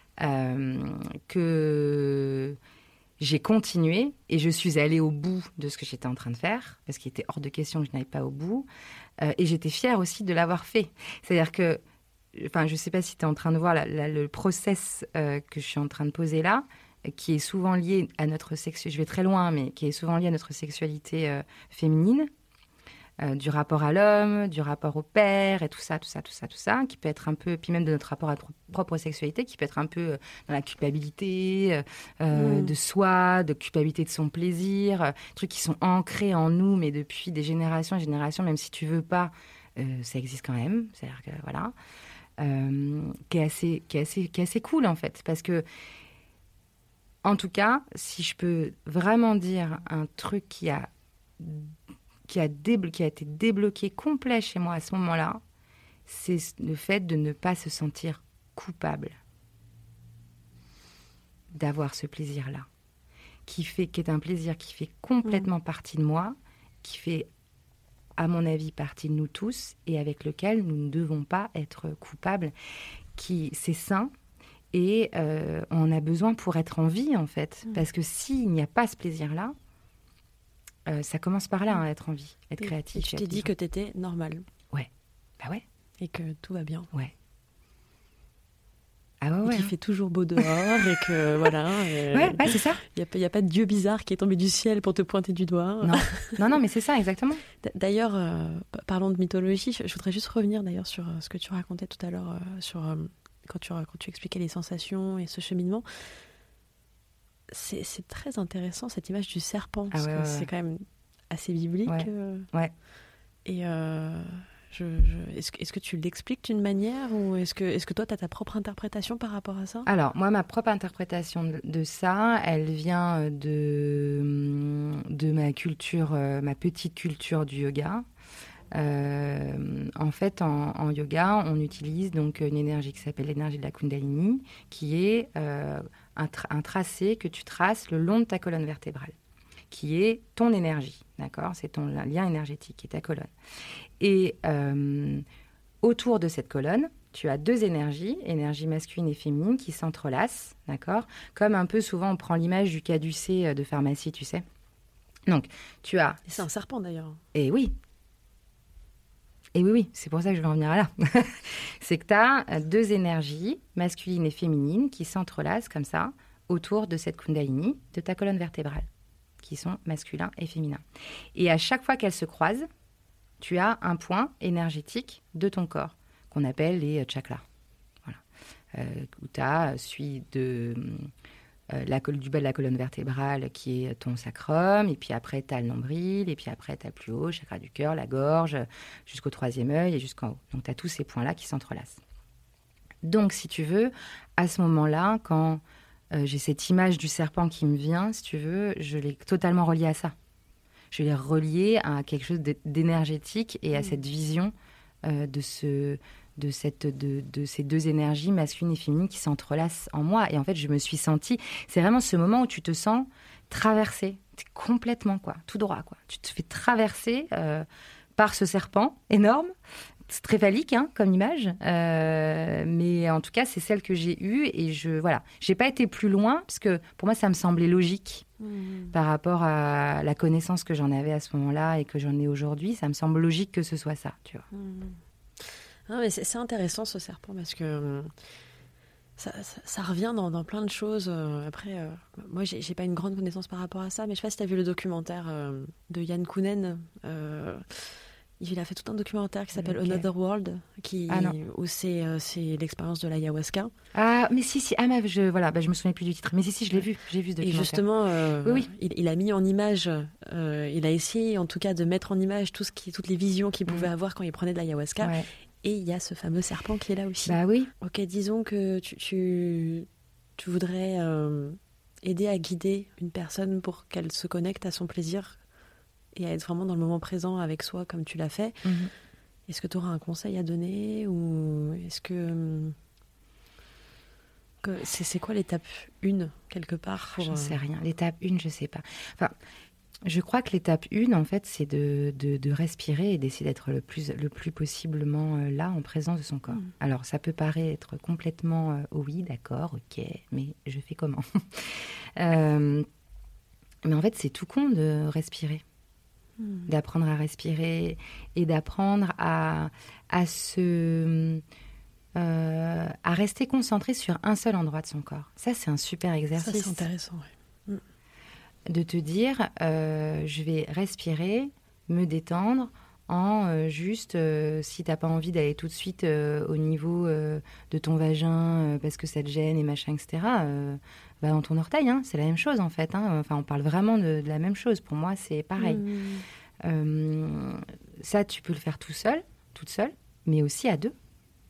Que j'ai continué et je suis allée au bout de ce que j'étais en train de faire, parce qu'il était hors de question que je n'aille pas au bout. Et j'étais fière aussi de l'avoir fait. C'est-à-dire que, je ne sais pas si tu es en train de voir le process que je suis en train de poser là, qui est souvent lié à notre sexualité, je vais très loin, mais qui est souvent lié à notre sexualité féminine, du rapport à l'homme, du rapport au père, et tout ça, qui peut être un peu, puis même de notre rapport à notre propre sexualité, qui peut être un peu dans la culpabilité de soi, de culpabilité de son plaisir, trucs qui sont ancrés en nous, mais depuis des générations et générations, même si tu veux pas, ça existe quand même, c'est-à-dire que, voilà, qui est assez cool, en fait, parce que, en tout cas, si je peux vraiment dire un truc qui a été débloqué complet chez moi à ce moment-là, c'est le fait de ne pas se sentir coupable d'avoir ce plaisir-là, qui est un plaisir qui fait complètement partie de moi, qui fait, à mon avis, partie de nous tous, et avec lequel nous ne devons pas être coupables, c'est sain, et on en a besoin pour être en vie, en fait. Parce que s'il n'y a pas ce plaisir-là, ça commence par là, être en vie, être créatif. Et tu t'es dit que t'étais normale. Ouais. Bah ouais. Et que tout va bien. Ouais. Ah ouais. Et qu'il fait toujours beau dehors et que voilà. Ouais, c'est ça. Il y a pas de dieu bizarre qui est tombé du ciel pour te pointer du doigt. Non, mais c'est ça, exactement. D'ailleurs, parlons de mythologie. Je voudrais juste revenir d'ailleurs sur ce que tu racontais tout à l'heure, quand tu expliquais les sensations et ce cheminement. C'est très intéressant cette image du serpent, parce que c'est quand même assez biblique. Ouais. Et est-ce que tu l'expliques d'une manière, ou est-ce que toi tu as ta propre interprétation par rapport à ça? Alors moi, ma propre interprétation de ça, elle vient de ma culture, ma petite culture du yoga. En fait, en yoga, on utilise donc une énergie qui s'appelle l'énergie de la Kundalini, qui est un tracé que tu traces le long de ta colonne vertébrale, qui est ton énergie, d'accord? C'est ton lien énergétique, qui est ta colonne. Et autour de cette colonne, tu as 2 énergies, énergie masculine et féminine, qui s'entrelacent, d'accord? Comme un peu, souvent, on prend l'image du caducée de pharmacie, tu sais. Donc, tu as... Et c'est un serpent, d'ailleurs. Et oui. Et oui, c'est pour ça que je vais en venir à là. C'est que tu as 2 énergies, masculine et féminine, qui s'entrelacent comme ça autour de cette kundalini, de ta colonne vertébrale, qui sont masculin et féminin. Et à chaque fois qu'elles se croisent, tu as un point énergétique de ton corps, qu'on appelle les chakras. Voilà. Où tu as celui du bas de la colonne vertébrale qui est ton sacrum, et puis après tu as le nombril, et puis après tu as plus haut, chakra du cœur, la gorge, jusqu'au 3e œil et jusqu'en haut. Donc tu as tous ces points-là qui s'entrelacent. Donc si tu veux, à ce moment-là, quand j'ai cette image du serpent qui me vient, si tu veux, je l'ai totalement reliée à ça. Je l'ai reliée à quelque chose d'énergétique et à cette vision de ces 2 énergies masculines et féminines qui s'entrelacent en moi. Et en fait, je me suis sentie... C'est vraiment ce moment où tu te sens traversée. T'es complètement, tout droit, Tu te fais traverser par ce serpent énorme. C'est très phallique, comme image. Mais en tout cas, c'est celle que j'ai eue. Et j'ai pas été plus loin, parce que pour moi, ça me semblait logique par rapport à la connaissance que j'en avais à ce moment-là et que j'en ai aujourd'hui. Ça me semble logique que ce soit ça, tu vois. Ah, mais c'est intéressant ce serpent parce que ça revient dans plein de choses. Après, moi, j'ai pas une grande connaissance par rapport à ça, mais je sais pas si tu as vu le documentaire de Yann Kounen. Il a fait tout un documentaire qui s'appelle Another World, où c'est l'expérience de l'ayahuasca. Ah, mais si. Ah, mais je me souviens plus du titre. Mais si, je l'ai vu. J'ai vu ce documentaire. Et justement, oui. Il a mis en image, il a essayé en tout cas de mettre en image toutes les visions qu'il pouvait avoir quand il prenait de l'ayahuasca. Ouais. Et il y a ce fameux serpent qui est là aussi. Bah oui. Ok, disons que tu voudrais aider à guider une personne pour qu'elle se connecte à son plaisir et à être vraiment dans le moment présent avec soi comme tu l'as fait. Est-ce que tu auras un conseil à donner ou est-ce que c'est quoi l'étape 1 quelque part J'en sais rien. L'étape 1, je sais pas. Enfin, je crois que l'étape 1, en fait, c'est de respirer et d'essayer d'être le plus possiblement là, en présence de son corps. Alors, ça peut paraître complètement oui, d'accord, ok, mais je fais comment mais en fait, c'est tout con de respirer. D'apprendre à respirer et d'apprendre à rester concentré sur un seul endroit de son corps. Ça, c'est un super exercice. Ça, c'est intéressant, ouais. De te dire, je vais respirer, me détendre en juste, si tu n'as pas envie d'aller tout de suite au niveau de ton vagin parce que ça te gêne et machin, etc., dans ton orteil, c'est la même chose en fait. Enfin, on parle vraiment de la même chose. Pour moi, c'est pareil. Ça, tu peux le faire toute seule, mais aussi à 2.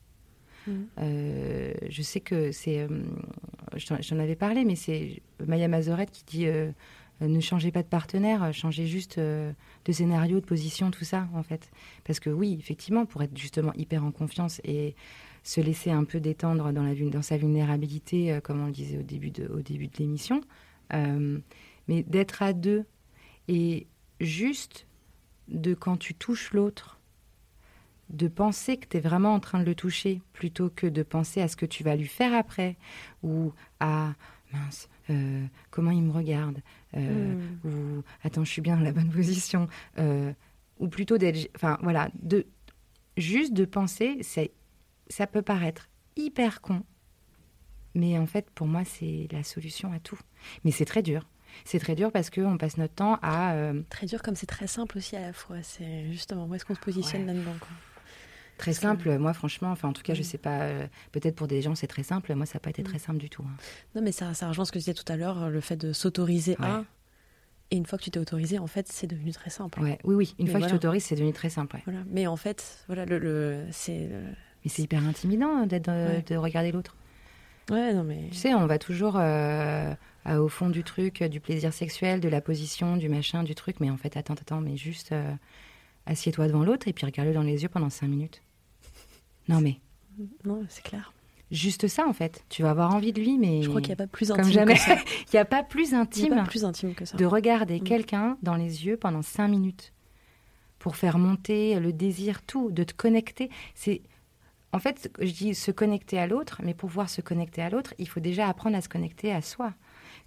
Je sais que c'est... j'en avais parlé, mais c'est Maya Mazoret qui dit ne changez pas de partenaire, changez juste de scénario, de position, tout ça, en fait. Parce que oui, effectivement, pour être justement hyper en confiance et se laisser un peu détendre dans sa vulnérabilité, comme on le disait au début de l'émission, mais d'être à 2 et juste de quand tu touches l'autre, de penser que tu es vraiment en train de le toucher plutôt que de penser à ce que tu vas lui faire après ou à mince, comment il me regarde ou attends, je suis bien dans la bonne position ou plutôt d'être, enfin voilà, juste de penser, ça peut paraître hyper con, mais en fait pour moi c'est la solution à tout. Mais c'est très dur. C'est très dur parce qu'on passe notre temps à... Très dur comme c'est très simple aussi à la fois. C'est justement où est-ce qu'on se positionne là-dedans, quoi. Très simple, moi franchement, enfin en tout cas je sais pas, peut-être pour des gens c'est très simple, moi ça n'a pas été très simple du tout. Non mais ça rejoint ce que je disais tout à l'heure, le fait de s'autoriser à, et une fois que tu t'es autorisé, en fait c'est devenu très simple. Oui, une fois que tu t'autorises c'est devenu très simple. Voilà. Mais en fait, voilà, c'est... Mais c'est hyper intimidant de regarder l'autre. Ouais, non mais... Tu sais, on va toujours au fond du truc, du plaisir sexuel, de la position, du machin, du truc, mais en fait attends, mais juste assieds-toi devant l'autre et puis regarde-le dans les yeux pendant 5 minutes. Non mais... Non, c'est clair. Juste ça, en fait. Tu vas avoir envie de lui, mais... Je crois qu'il n'y a pas plus intime comme jamais. que ça. Il n'y a pas plus intime, que ça. De regarder quelqu'un dans les yeux pendant 5 minutes pour faire monter le désir, tout, de te connecter. C'est... En fait, je dis se connecter à l'autre, mais pour pouvoir se connecter à l'autre, il faut déjà apprendre à se connecter à soi.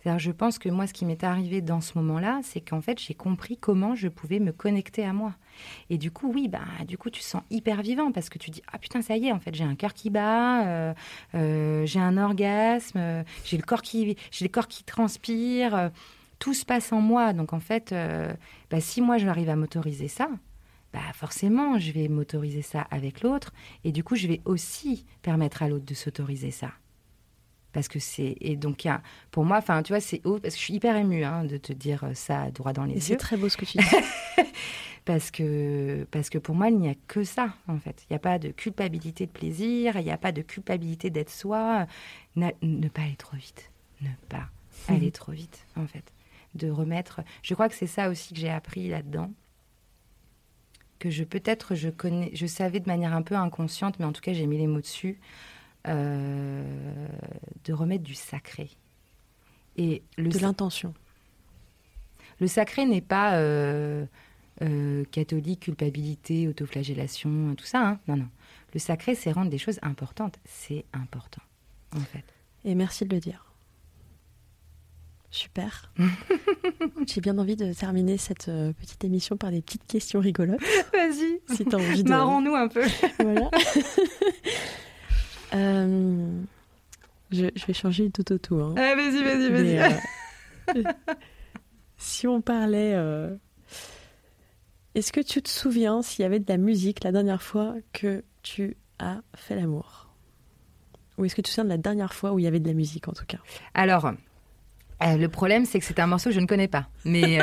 C'est-à-dire, je pense que moi, ce qui m'est arrivé dans ce moment-là, c'est qu'en fait, j'ai compris comment je pouvais me connecter à moi. Et du coup, du coup, tu te sens hyper vivant parce que tu dis, ah putain, ça y est, en fait, j'ai un cœur qui bat, j'ai un orgasme, j'ai le corps qui transpire, tout se passe en moi. Donc, en fait, si moi, j'arrive à m'autoriser ça, forcément, je vais m'autoriser ça avec l'autre. Et du coup, je vais aussi permettre à l'autre de s'autoriser ça. Parce que et donc, pour moi, enfin, tu vois, c'est haut, parce que je suis hyper émue de te dire ça droit dans les yeux. C'est très beau ce que tu dis. parce que pour moi, il n'y a que ça, en fait. Il n'y a pas de culpabilité de plaisir, il n'y a pas de culpabilité d'être soi. Ne pas aller trop vite. Ne pas aller trop vite, en fait. De remettre... Je crois que c'est ça aussi que j'ai appris là-dedans. Que je savais de manière un peu inconsciente, mais en tout cas, j'ai mis les mots dessus. De remettre du sacré. Et de l'intention. Le sacré n'est pas catholique, culpabilité, autoflagellation, tout ça. Hein. Non. Le sacré, c'est rendre des choses importantes. C'est important, en fait. Et merci de le dire. Super. J'ai bien envie de terminer cette petite émission par des petites questions rigolotes. Vas-y. Si t'as envie de... Marrons-nous un peu. Voilà. Je vais changer tout au tout. Hein. Vas-y. Si on parlait... Est-ce que tu te souviens s'il y avait de la musique la dernière fois que tu as fait l'amour ? Ou est-ce que tu te souviens de la dernière fois où il y avait de la musique, en tout cas ? Alors... le problème, c'est que c'est un morceau que je ne connais pas. Mais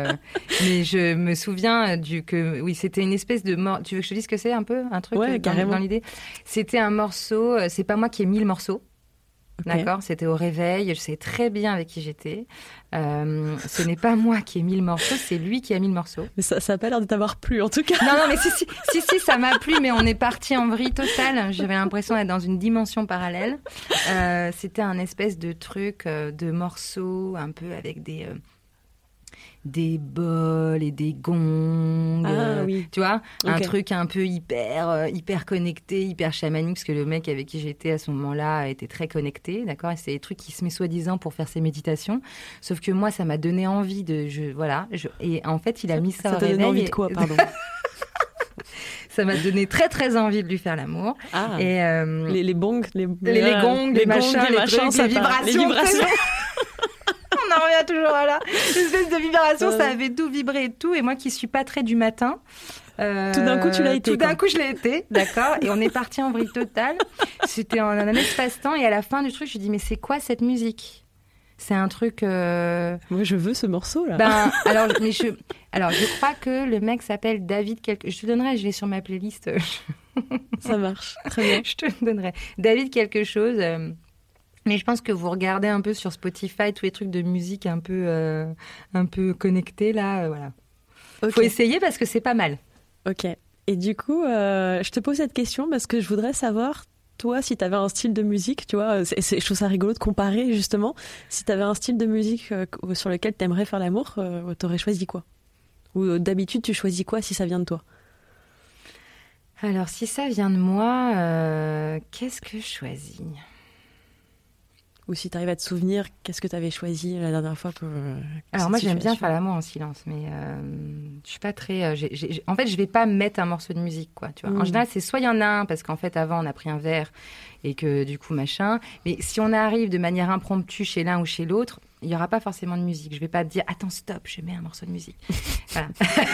je me souviens oui, c'était une espèce de... Tu veux que je te dise ce que c'est un peu ? Un truc dans l'idée ? C'était un morceau... c'est pas moi qui ai mis le morceau. Okay. D'accord ? C'était au réveil. Je sais très bien avec qui j'étais. Ce n'est pas moi qui ai mis le morceau, c'est lui qui a mis le morceau. Mais ça n'a pas l'air de t'avoir plu, en tout cas. Non, mais si, ça m'a plu, mais on est parti en vrille totale. J'avais l'impression d'être dans une dimension parallèle. C'était un espèce de truc, de morceau, un peu avec des bols et des gongs, oui. Tu vois, okay. Un truc un peu hyper connecté, hyper chamanique, parce que le mec avec qui j'étais à ce moment-là était très connecté, d'accord, et c'est des trucs qui se met soi-disant pour faire ses méditations, sauf que moi, ça m'a donné envie et en fait, il a mis ça au réveil. Ça t'a donné envie de quoi, pardon? Ça m'a donné très très envie de lui faire l'amour. Ah, et les bongs, les gongs, les machins, les vibrations. On en revient toujours à là. Une espèce de vibration, ça avait tout vibré et tout. Et moi qui suis pas très du matin. Tout d'un coup, tu l'as été. Tout d'un coup, je l'ai été, d'accord. Et on est parti en vrille totale. C'était en un espace-temps. Et à la fin du truc, je me dis, mais c'est quoi cette musique ? C'est un truc... Moi, je veux ce morceau-là. Alors, je crois que le mec s'appelle David quelque... Je te donnerai, je l'ai sur ma playlist. Ça marche, très bien. Je te donnerai. David quelque chose... Mais je pense que vous regardez un peu sur Spotify tous les trucs de musique un peu connectés, là, voilà. Okay. Faut essayer parce que c'est pas mal. Ok. Et du coup, je te pose cette question parce que je voudrais savoir, toi, si tu avais un style de musique, tu vois, je trouve ça rigolo de comparer, justement. Si tu avais un style de musique sur lequel tu aimerais faire l'amour, tu aurais choisi quoi ? Ou d'habitude, tu choisis quoi si ça vient de toi ? Alors, si ça vient de moi, qu'est-ce que je choisis ? Ou si tu arrives à te souvenir, qu'est-ce que tu avais choisi la dernière fois pour... Alors moi, j'aime bien faire l'amour en silence, mais je suis pas très... En fait, je vais pas mettre un morceau de musique, quoi. Tu vois. En général, c'est soit il y en a un, parce qu'en fait, avant, on a pris un verre et que du coup, machin. Mais si on arrive de manière impromptue chez l'un ou chez l'autre, il y aura pas forcément de musique. Je vais pas te dire, attends, stop, je mets un morceau de musique. Voilà.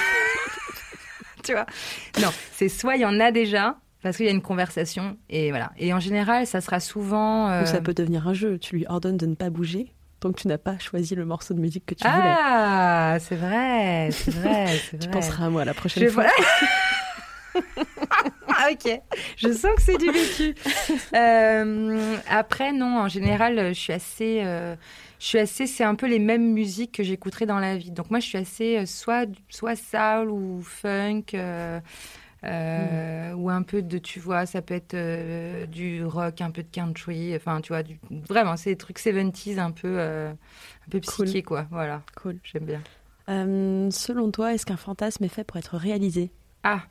Tu vois ? Non, c'est soit il y en a déjà... Parce qu'il y a une conversation, et voilà. Et en général, ça sera souvent... Ou ça peut devenir un jeu. Tu lui ordonnes de ne pas bouger tant que tu n'as pas choisi le morceau de musique que tu voulais. Ah, c'est vrai. Tu penseras à moi la prochaine fois. Ah, ok. Je sens que c'est du vécu. Après, non, en général, je suis assez... c'est un peu les mêmes musiques que j'écouterai dans la vie. Donc moi, je suis assez soit soul ou funk... ou un peu de, tu vois, ça peut être du rock, un peu de country, enfin, tu vois, vraiment, c'est des trucs 70s un peu psyché, quoi, voilà. Cool. J'aime bien. Selon toi, est-ce qu'un fantasme est fait pour être réalisé ?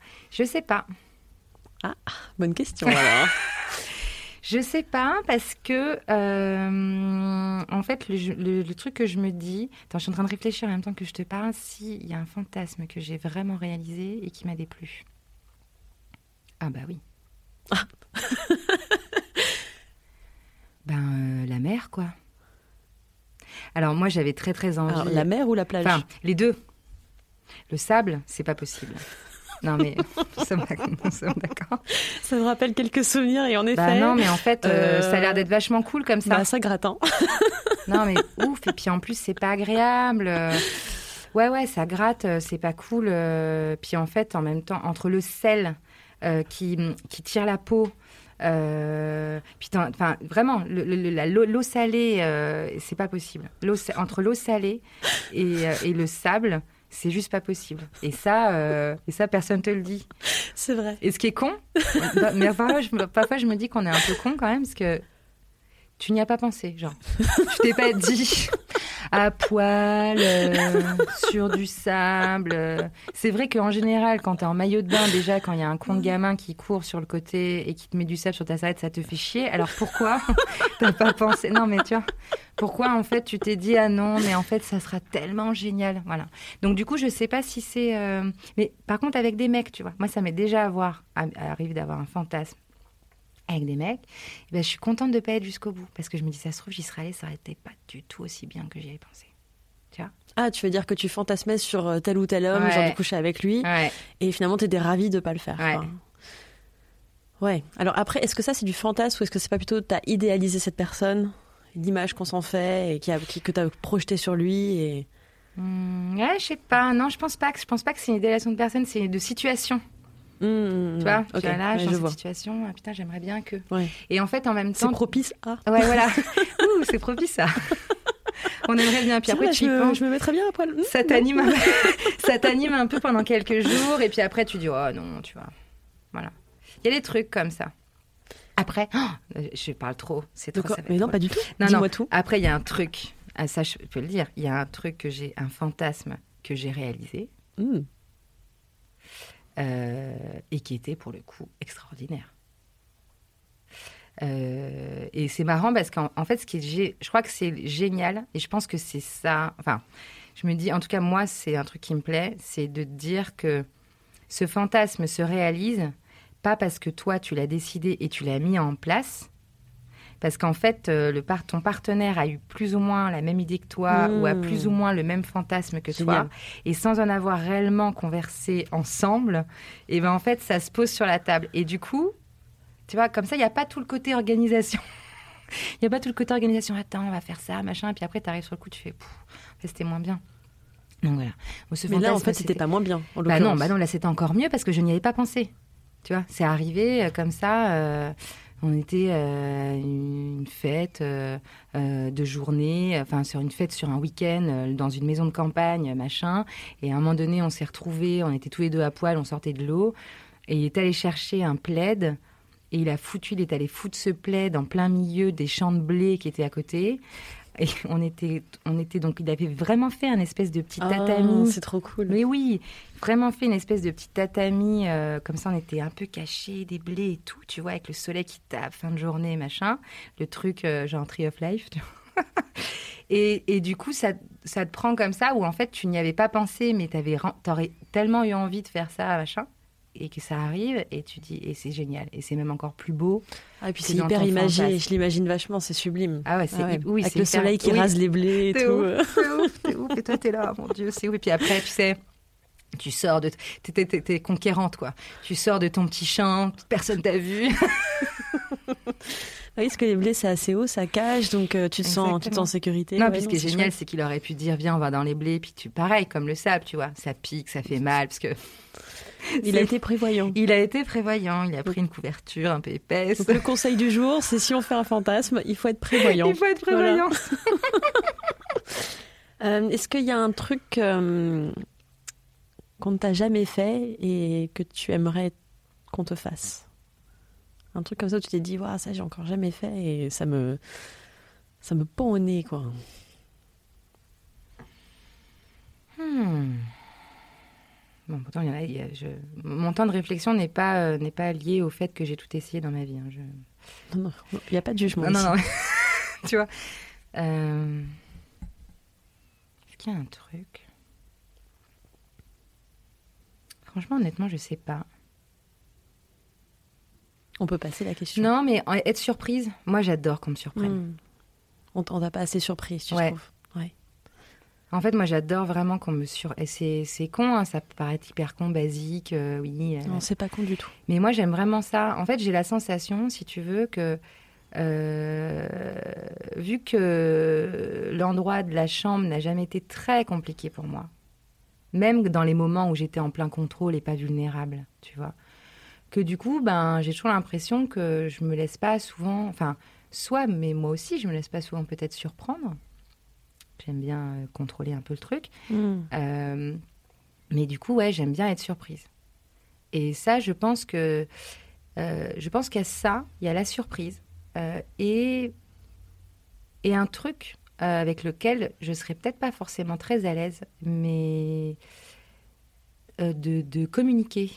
Ah, je sais pas. Ah, bonne question, alors. Je sais pas, parce que, en fait, le truc que je me dis... Attends, je suis en train de réfléchir en même temps que je te parle, s'il y a un fantasme que j'ai vraiment réalisé et qui m'a déplu. Ah bah oui. La mer, quoi. Alors moi, j'avais très très envie... Alors, la mer ou la plage? Enfin, les deux. Le sable, c'est pas possible. Non mais, nous sommes d'accord. Ça me rappelle quelques souvenirs et en effet... Bah non, mais en fait, ça a l'air d'être vachement cool comme ça. Bah ça gratte, hein. Non mais ouf, et puis en plus, c'est pas agréable. Ouais, ça gratte, c'est pas cool. Puis en fait, en même temps, entre le sel qui tire la peau... putain, enfin vraiment l'eau salée, c'est pas possible. Entre l'eau salée et le sable, c'est juste pas possible. Et ça personne te le dit. C'est vrai. Et ce qui est con, mais parfois je me dis qu'on est un peu con quand même, parce que tu n'y as pas pensé, genre. Tu t'es pas dit à poil, sur du sable. C'est vrai qu'en général, quand t'es en maillot de bain, déjà, quand il y a un con de gamin qui court sur le côté et qui te met du sable sur ta serviette, ça te fait chier. Alors pourquoi t'as pas pensé? Non, mais tu vois, pourquoi en fait tu t'es dit ah non, mais en fait ça sera tellement génial. Voilà. Donc du coup, je sais pas si c'est. Mais par contre, avec des mecs, tu vois, moi ça m'est déjà arrivé d'avoir un fantasme avec des mecs, et ben, je suis contente de ne pas être jusqu'au bout. Parce que je me dis, ça se trouve, j'y serais allée, ça aurait été pas du tout aussi bien que j'y avais pensé. Tu vois ? Ah, tu veux dire que tu fantasmais sur tel ou tel homme, genre de coucher avec lui, et finalement, t'étais ravie de ne pas le faire. Ouais. Enfin... ouais. Alors après, est-ce que ça, c'est du fantasme ou est-ce que c'est pas plutôt t'as idéalisé cette personne, l'image qu'on s'en fait, et que t'as projeté sur lui et... Ouais, je sais pas. Non, je pense pas que c'est une idéalisation de personne, c'est de situation. Tu vois, okay. Là, je suis dans cette vois. situation, ah, putain, j'aimerais bien que... Ouais. Et en fait, en même temps... C'est propice à... Ouais, voilà. Ouh, c'est propice à... On aimerait bien. Puis après, tu y penses. Je me mettrais bien à poil. Ça t'anime un peu pendant quelques jours, et puis après, tu dis, oh non, tu vois. Voilà. Il y a des trucs comme ça. Après, je parle trop. C'est trop. Mais non, pas du tout. Dis-moi tout. Après, il y a un truc. Ah, ça, je peux le dire. Il y a un truc un fantasme que j'ai réalisé. Et qui était pour le coup extraordinaire. Et c'est marrant parce qu'en fait, je crois que c'est génial et je pense que c'est ça. Enfin, je me dis, en tout cas, moi, c'est un truc qui me plaît, c'est de dire que ce fantasme se réalise pas parce que toi, tu l'as décidé et tu l'as mis en place. Parce qu'en fait, ton partenaire a eu plus ou moins la même idée que toi ou a plus ou moins le même fantasme que toi. Et sans en avoir réellement conversé ensemble, et ben en fait, ça se pose sur la table. Et du coup, tu vois, comme ça, il n'y a pas tout le côté organisation. Il n'y a pas tout le côté organisation. Attends, on va faire ça, machin. Et puis après, tu arrives sur le coup, tu fais, c'était moins bien. Donc voilà. Mais là, en fait, c'était pas moins bien, en l'occurrence. Non, là, c'était encore mieux parce que je n'y avais pas pensé. Tu vois, c'est arrivé comme ça... On était une fête de journée, enfin sur une fête sur un week-end dans une maison de campagne, machin. Et à un moment donné, on s'est retrouvés, on était tous les deux à poil, on sortait de l'eau. Et il est allé chercher un plaid et il est allé foutre ce plaid en plein milieu des champs de blé qui étaient à côté. Et on était donc, il avait vraiment fait un espèce de petit tatami. C'est trop cool. Mais oui, vraiment fait une espèce de petit tatami, comme ça on était un peu cachés, des blés et tout, tu vois, avec le soleil qui tape, fin de journée, machin. Le truc genre Tree of Life, tu vois. Et du coup, ça te prend comme ça, où en fait tu n'y avais pas pensé, mais t'aurais tellement eu envie de faire ça, machin. Et que ça arrive, et tu dis, et c'est génial, et c'est même encore plus beau. Ah, et puis c'est hyper imagé, je l'imagine vachement, c'est sublime. Ah ouais, oui, avec le soleil qui rase les blés et tout. T'es ouf, et toi t'es là, mon Dieu, c'est ouf. Et puis après, tu sais, tu sors de... T'es conquérante, quoi. Tu sors de ton petit champ, personne t'a vu. Oui, parce que les blés, c'est assez haut, ça cache, donc tu te sens en sécurité. Non, puis ce qui est génial, c'est qu'il aurait pu dire, viens, on va dans les blés, puis pareil, comme le sable, tu vois, ça pique, ça fait mal, parce que... Il a été prévoyant. Il a été prévoyant. Il a pris une couverture un peu épaisse. Donc, le conseil du jour, c'est si on fait un fantasme, il faut être prévoyant. Il faut être prévoyant. Voilà. Est-ce qu'il y a un truc qu'on ne t'a jamais fait et que tu aimerais qu'on te fasse ? Un truc comme ça où tu t'es dit, ouais, ça j'ai encore jamais fait et ça me pend au nez, quoi. Bon, pourtant, mon temps de réflexion n'est pas lié au fait que j'ai tout essayé dans ma vie. Hein. Non, il n'y a pas de jugement ici. Non. Tu vois. Est-ce qu'il y a un truc? Franchement, honnêtement, je sais pas. On peut passer la question. Non, mais être surprise, moi j'adore qu'on me surprenne. On t'a pas assez surprise, tu Ouais. trouves? Ouais. En fait, moi j'adore vraiment qu'on me surprenne. C'est con, hein, ça peut paraître hyper con, basique, oui. Non, c'est pas con du tout. Mais moi j'aime vraiment ça. En fait, j'ai la sensation, si tu veux, que vu que l'endroit de la chambre n'a jamais été très compliqué pour moi, même dans les moments où j'étais en plein contrôle et pas vulnérable, tu vois, que du coup, j'ai toujours l'impression que je me laisse pas souvent, enfin, mais moi aussi, je me laisse pas souvent peut-être surprendre. J'aime bien contrôler un peu le truc. Mais du coup, ouais, j'aime bien être surprise. Et ça, je pense qu'il y a ça, il y a la surprise et un truc avec lequel je serais peut-être pas forcément très à l'aise, mais de communiquer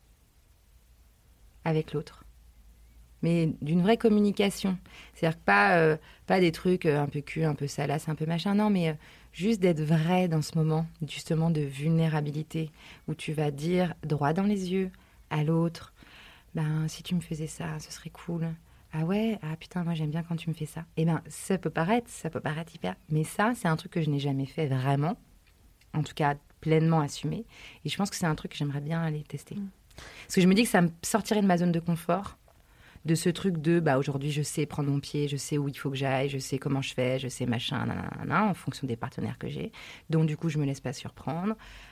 avec l'autre. Mais d'une vraie communication. C'est-à-dire que pas des trucs un peu cul, un peu salace, un peu machin, non, mais juste d'être vrai dans ce moment, justement, de vulnérabilité, où tu vas dire droit dans les yeux à l'autre, si tu me faisais ça, ce serait cool. Ah ouais, ah putain, moi j'aime bien quand tu me fais ça. Eh ça peut paraître hyper... Mais ça, c'est un truc que je n'ai jamais fait vraiment, en tout cas pleinement assumé. Et je pense que c'est un truc que j'aimerais bien aller tester. Parce que je me dis que ça me sortirait de ma zone de confort, de ce truc de aujourd'hui je sais prendre mon pied, je sais où il faut que j'aille, je sais comment je fais, je sais machin, nanana, en fonction des partenaires que j'ai. Donc du coup je me laisse pas surprendre.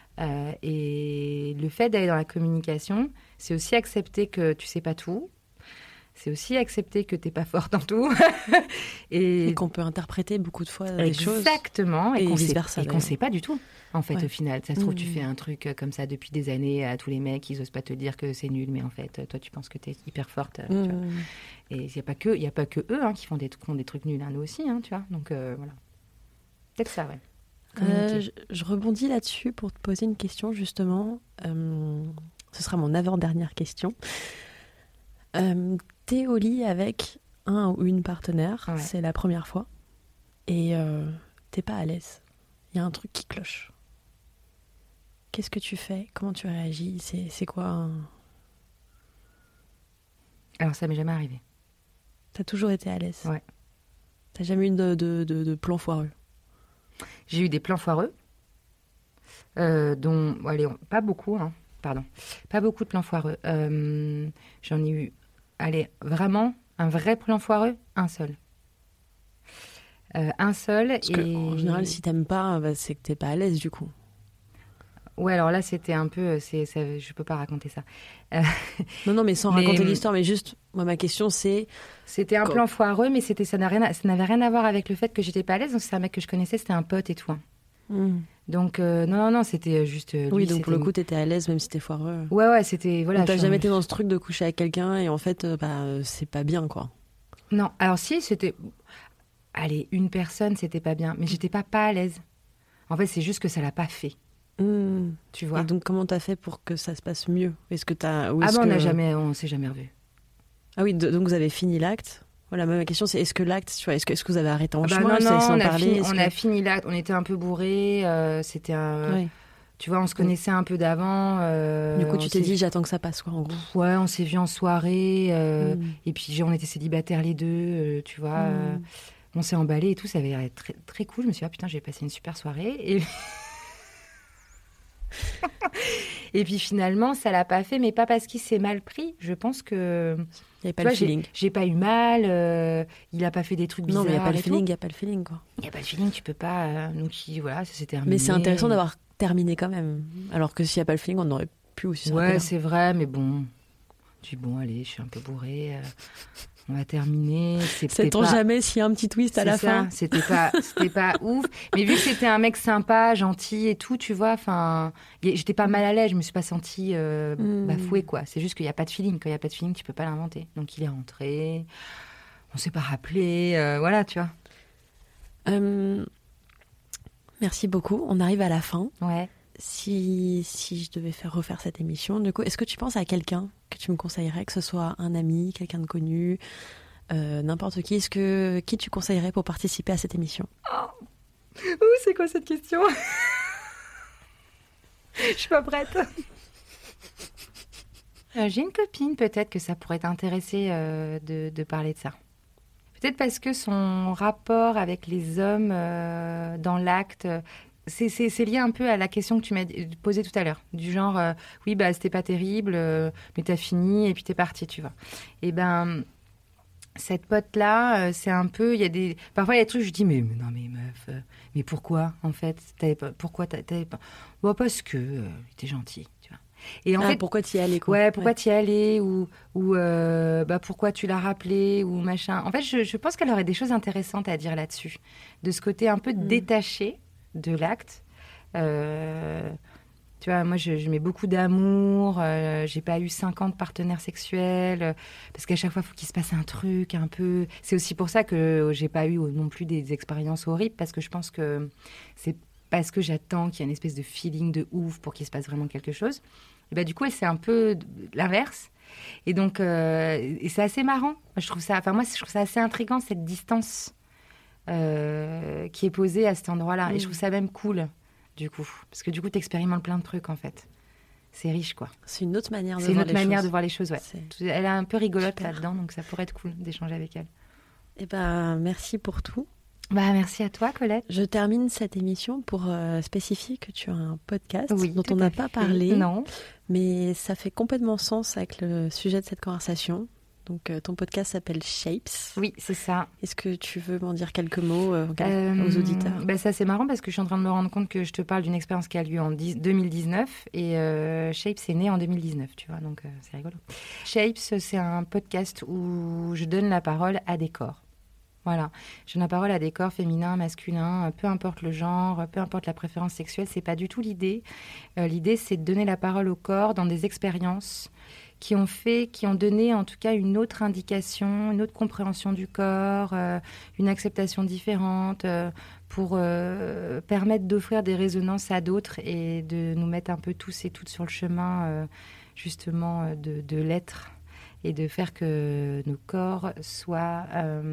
Et le fait d'aller dans la communication, c'est aussi accepter que tu sais pas tout. C'est aussi accepter que t'es pas forte en tout. et qu'on peut interpréter beaucoup de fois des choses. Exactement. Et vice-versa. Et qu'on sait pas du tout, en fait, au final. Ça se trouve, tu fais un truc comme ça depuis des années à tous les mecs, ils osent pas te dire que c'est nul, mais en fait, toi, tu penses que t'es hyper forte. Tu vois. Et il y a pas que eux qui font des trucs nuls, hein, nous aussi, hein, tu vois. Donc, voilà. Peut-être ça, ouais. Je rebondis là-dessus pour te poser une question, justement. Ce sera mon avant-dernière question. T'es au lit avec un ou une partenaire, c'est la première fois, et t'es pas à l'aise. Il y a un truc qui cloche. Qu'est-ce que tu fais? Comment tu réagis? C'est quoi Alors, ça m'est jamais arrivé. T'as toujours été à l'aise? Ouais. T'as jamais eu de plan foireux? J'ai eu des plans foireux, dont... Allez, pas beaucoup, hein. Pardon. Pas beaucoup de plans foireux. J'en ai eu... Allez, vraiment, un vrai plan foireux, un seul. Un seul. Parce que, en général, si t'aimes pas, c'est que t'es pas à l'aise, du coup. Ouais, alors là, c'était un peu... je peux pas raconter ça. Non, mais sans raconter l'histoire, mais juste... Moi, ma question, c'est... C'était un plan foireux, mais ça n'avait rien à voir avec le fait que j'étais pas à l'aise. Donc, c'est un mec que je connaissais, c'était un pote et tout. Donc, non, c'était juste... oui, donc pour le coup, t'étais à l'aise, même si t'es foireux. Ouais, c'était... Voilà, donc, t'as jamais été dans ce truc de coucher avec quelqu'un et en fait, c'est pas bien, quoi. Non, alors si, c'était... Allez, une personne, c'était pas bien, mais j'étais pas à l'aise. En fait, c'est juste que ça l'a pas fait. Tu vois. Et donc, comment t'as fait pour que ça se passe mieux? Est-ce que t'as... on s'est jamais revus. Ah oui, donc vous avez fini l'acte. Voilà, ma question, c'est est-ce que l'acte, tu vois, est-ce que vous avez arrêté en chemin? Non, on a fini l'acte, on était un peu bourrés, c'était un... Ouais. Tu vois, on se connaissait un peu d'avant. Du coup, tu t'es dit, j'attends que ça passe, quoi, en gros. Ouais, on s'est vus en soirée, et puis on était célibataires les deux, tu vois. On s'est emballés et tout, ça avait l'air très, très cool. Je me suis dit, putain, j'ai passé une super soirée. Et puis finalement, ça l'a pas fait, mais pas parce qu'il s'est mal pris. Je pense que... Il n'y avait pas le feeling. J'ai pas eu mal, il a pas fait des trucs bizarres. Non, mais il n'y a pas le feeling, quoi. Il n'y a pas le feeling, tu peux pas... donc voilà, ça s'est terminé. Mais c'est intéressant d'avoir terminé quand même. Alors que s'il n'y a pas le feeling, on aurait pu aussi s'arrêter. Ouais, c'est vrai, mais bon... Tu dis, bon, allez, je suis un peu bourrée... On va terminer. Sait-on jamais s'il y a un petit twist à la fin? C'était pas ouf. Mais vu que c'était un mec sympa, gentil et tout, tu vois, enfin, j'étais pas mal à l'aise. Je me suis pas sentie bafouée, quoi. C'est juste qu'il y a pas de feeling. Quand il y a pas de feeling, tu peux pas l'inventer. Donc il est rentré. On s'est pas rappelé. Voilà, tu vois. Merci beaucoup. On arrive à la fin. Ouais. si je devais refaire cette émission, du coup, est-ce que tu penses à quelqu'un que tu me conseillerais, que ce soit un ami, quelqu'un de connu, n'importe qui, qui tu conseillerais pour participer à cette émission? C'est quoi cette question? Je suis pas prête. J'ai une copine, peut-être que ça pourrait t'intéresser de parler de ça. Peut-être parce que son rapport avec les hommes dans l'acte, c'est lié un peu à la question que tu m'as posée tout à l'heure. Du genre, oui, bah c'était pas terrible, mais t'as fini et puis t'es parti, tu vois. Et ben, cette pote-là, c'est un peu... Parfois, il y a des trucs, je dis, mais non, mais meuf, mais pourquoi, en fait? Pourquoi t'avais pas... Bon, parce que t'es gentil, tu vois. Et en fait, pourquoi t'y allais, quoi. Ouais, pourquoi t'y allais ou pourquoi tu l'as rappelé ou machin. En fait, je pense qu'elle aurait des choses intéressantes à dire là-dessus. De ce côté un peu détaché de l'acte. Tu vois, moi, je mets beaucoup d'amour. J'ai pas eu 50 partenaires sexuels. Parce qu'à chaque fois, il faut qu'il se passe un truc un peu... C'est aussi pour ça que j'ai pas eu non plus des expériences horribles. Parce que je pense que c'est parce que j'attends qu'il y ait une espèce de feeling de ouf pour qu'il se passe vraiment quelque chose. Et bah, du coup, c'est un peu l'inverse. Et donc, et c'est assez marrant. Je trouve ça assez intriguant, cette distance qui est posée à cet endroit-là. Et je trouve ça même cool, du coup. Parce que du coup, tu expérimentes plein de trucs, en fait. C'est riche, quoi. C'est une autre manière de voir les choses, ouais. Elle est un peu rigolote là-dedans, donc ça pourrait être cool d'échanger avec elle. Eh ben, merci pour tout. Bah, merci à toi, Colette. Je termine cette émission pour spécifier que tu as un podcast dont on n'a pas parlé. Non. Mais ça fait complètement sens avec le sujet de cette conversation. Donc, ton podcast s'appelle Shapes. Oui, c'est ça. Est-ce que tu veux m'en dire quelques mots aux auditeurs? Bah ça, c'est marrant parce que je suis en train de me rendre compte que je te parle d'une expérience qui a lieu en 2019 et Shapes est né en 2019, tu vois, donc c'est rigolo. Shapes, c'est un podcast où je donne la parole à des corps. Voilà, je donne la parole à des corps féminins, masculins, peu importe le genre, peu importe la préférence sexuelle, c'est pas du tout l'idée. L'idée, c'est de donner la parole au corps dans des expériences qui ont donné en tout cas une autre indication, une autre compréhension du corps, une acceptation différente pour permettre d'offrir des résonances à d'autres et de nous mettre un peu tous et toutes sur le chemin justement de l'être et de faire que nos corps soient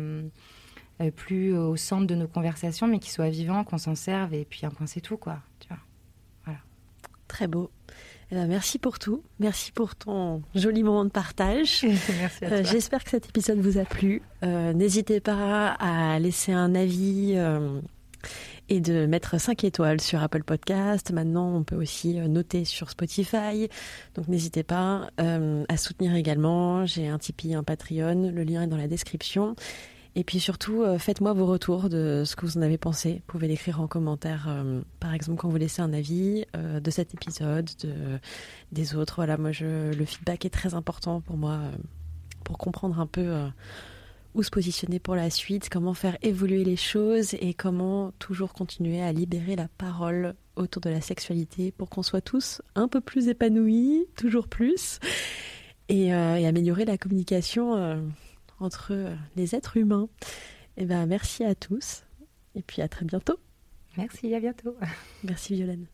plus au centre de nos conversations, mais qu'ils soient vivants, qu'on s'en serve, et puis un point c'est tout, quoi. Tu vois. Voilà. Très beau. Eh ben, merci pour tout. Merci pour ton joli moment de partage. Merci à toi. J'espère que cet épisode vous a plu. N'hésitez pas à laisser un avis et de mettre 5 étoiles sur Apple Podcast. Maintenant, on peut aussi noter sur Spotify. Donc, n'hésitez pas à soutenir également. J'ai un Tipeee, un Patreon. Le lien est dans la description. Et puis surtout, faites-moi vos retours de ce que vous en avez pensé. Vous pouvez l'écrire en commentaire, par exemple, quand vous laissez un avis de cet épisode, des autres. Voilà, moi, le feedback est très important pour moi, pour comprendre un peu où se positionner pour la suite, comment faire évoluer les choses et comment toujours continuer à libérer la parole autour de la sexualité pour qu'on soit tous un peu plus épanouis, toujours plus, et améliorer la communication entre les êtres humains. Et ben, merci à tous et puis à très bientôt. Merci, à bientôt. Merci Violaine.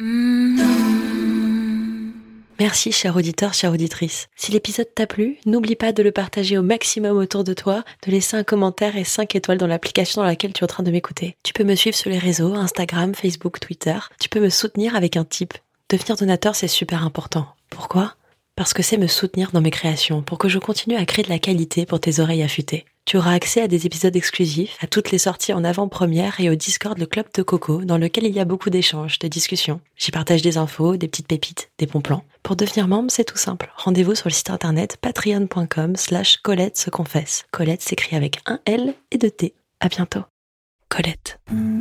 Merci cher auditeur, chère auditrice. Si l'épisode t'a plu, n'oublie pas de le partager au maximum autour de toi, de laisser un commentaire et 5 étoiles dans l'application dans laquelle tu es en train de m'écouter. Tu peux me suivre sur les réseaux, Instagram, Facebook, Twitter. Tu peux me soutenir avec un tip. Devenir donateur, c'est super important. Pourquoi ? Parce que c'est me soutenir dans mes créations, pour que je continue à créer de la qualité pour tes oreilles affûtées. Tu auras accès à des épisodes exclusifs, à toutes les sorties en avant-première et au Discord, le Club de Coco, dans lequel il y a beaucoup d'échanges, de discussions. J'y partage des infos, des petites pépites, des bons plans. Pour devenir membre, c'est tout simple. Rendez-vous sur le site internet patreon.com/Colette se confesse. Colette s'écrit avec un L et 2 T. À bientôt. Colette.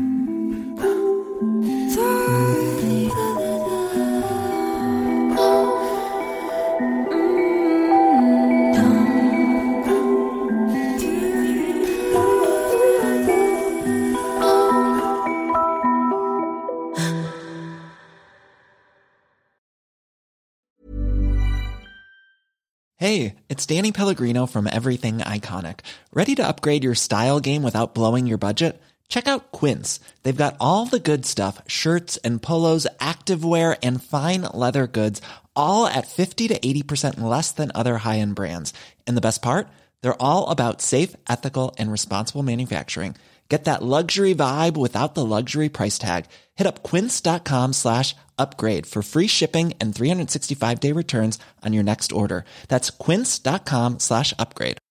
Hey, it's Danny Pellegrino from Everything Iconic. Ready to upgrade your style game without blowing your budget? Check out Quince. They've got all the good stuff, shirts and polos, activewear, and fine leather goods, all at 50 to 80% less than other high-end brands. And the best part? They're all about safe, ethical, and responsible manufacturing. Get that luxury vibe without the luxury price tag. Hit up quince.com/upgrade for free shipping and 365-day returns on your next order. That's quince.com/upgrade.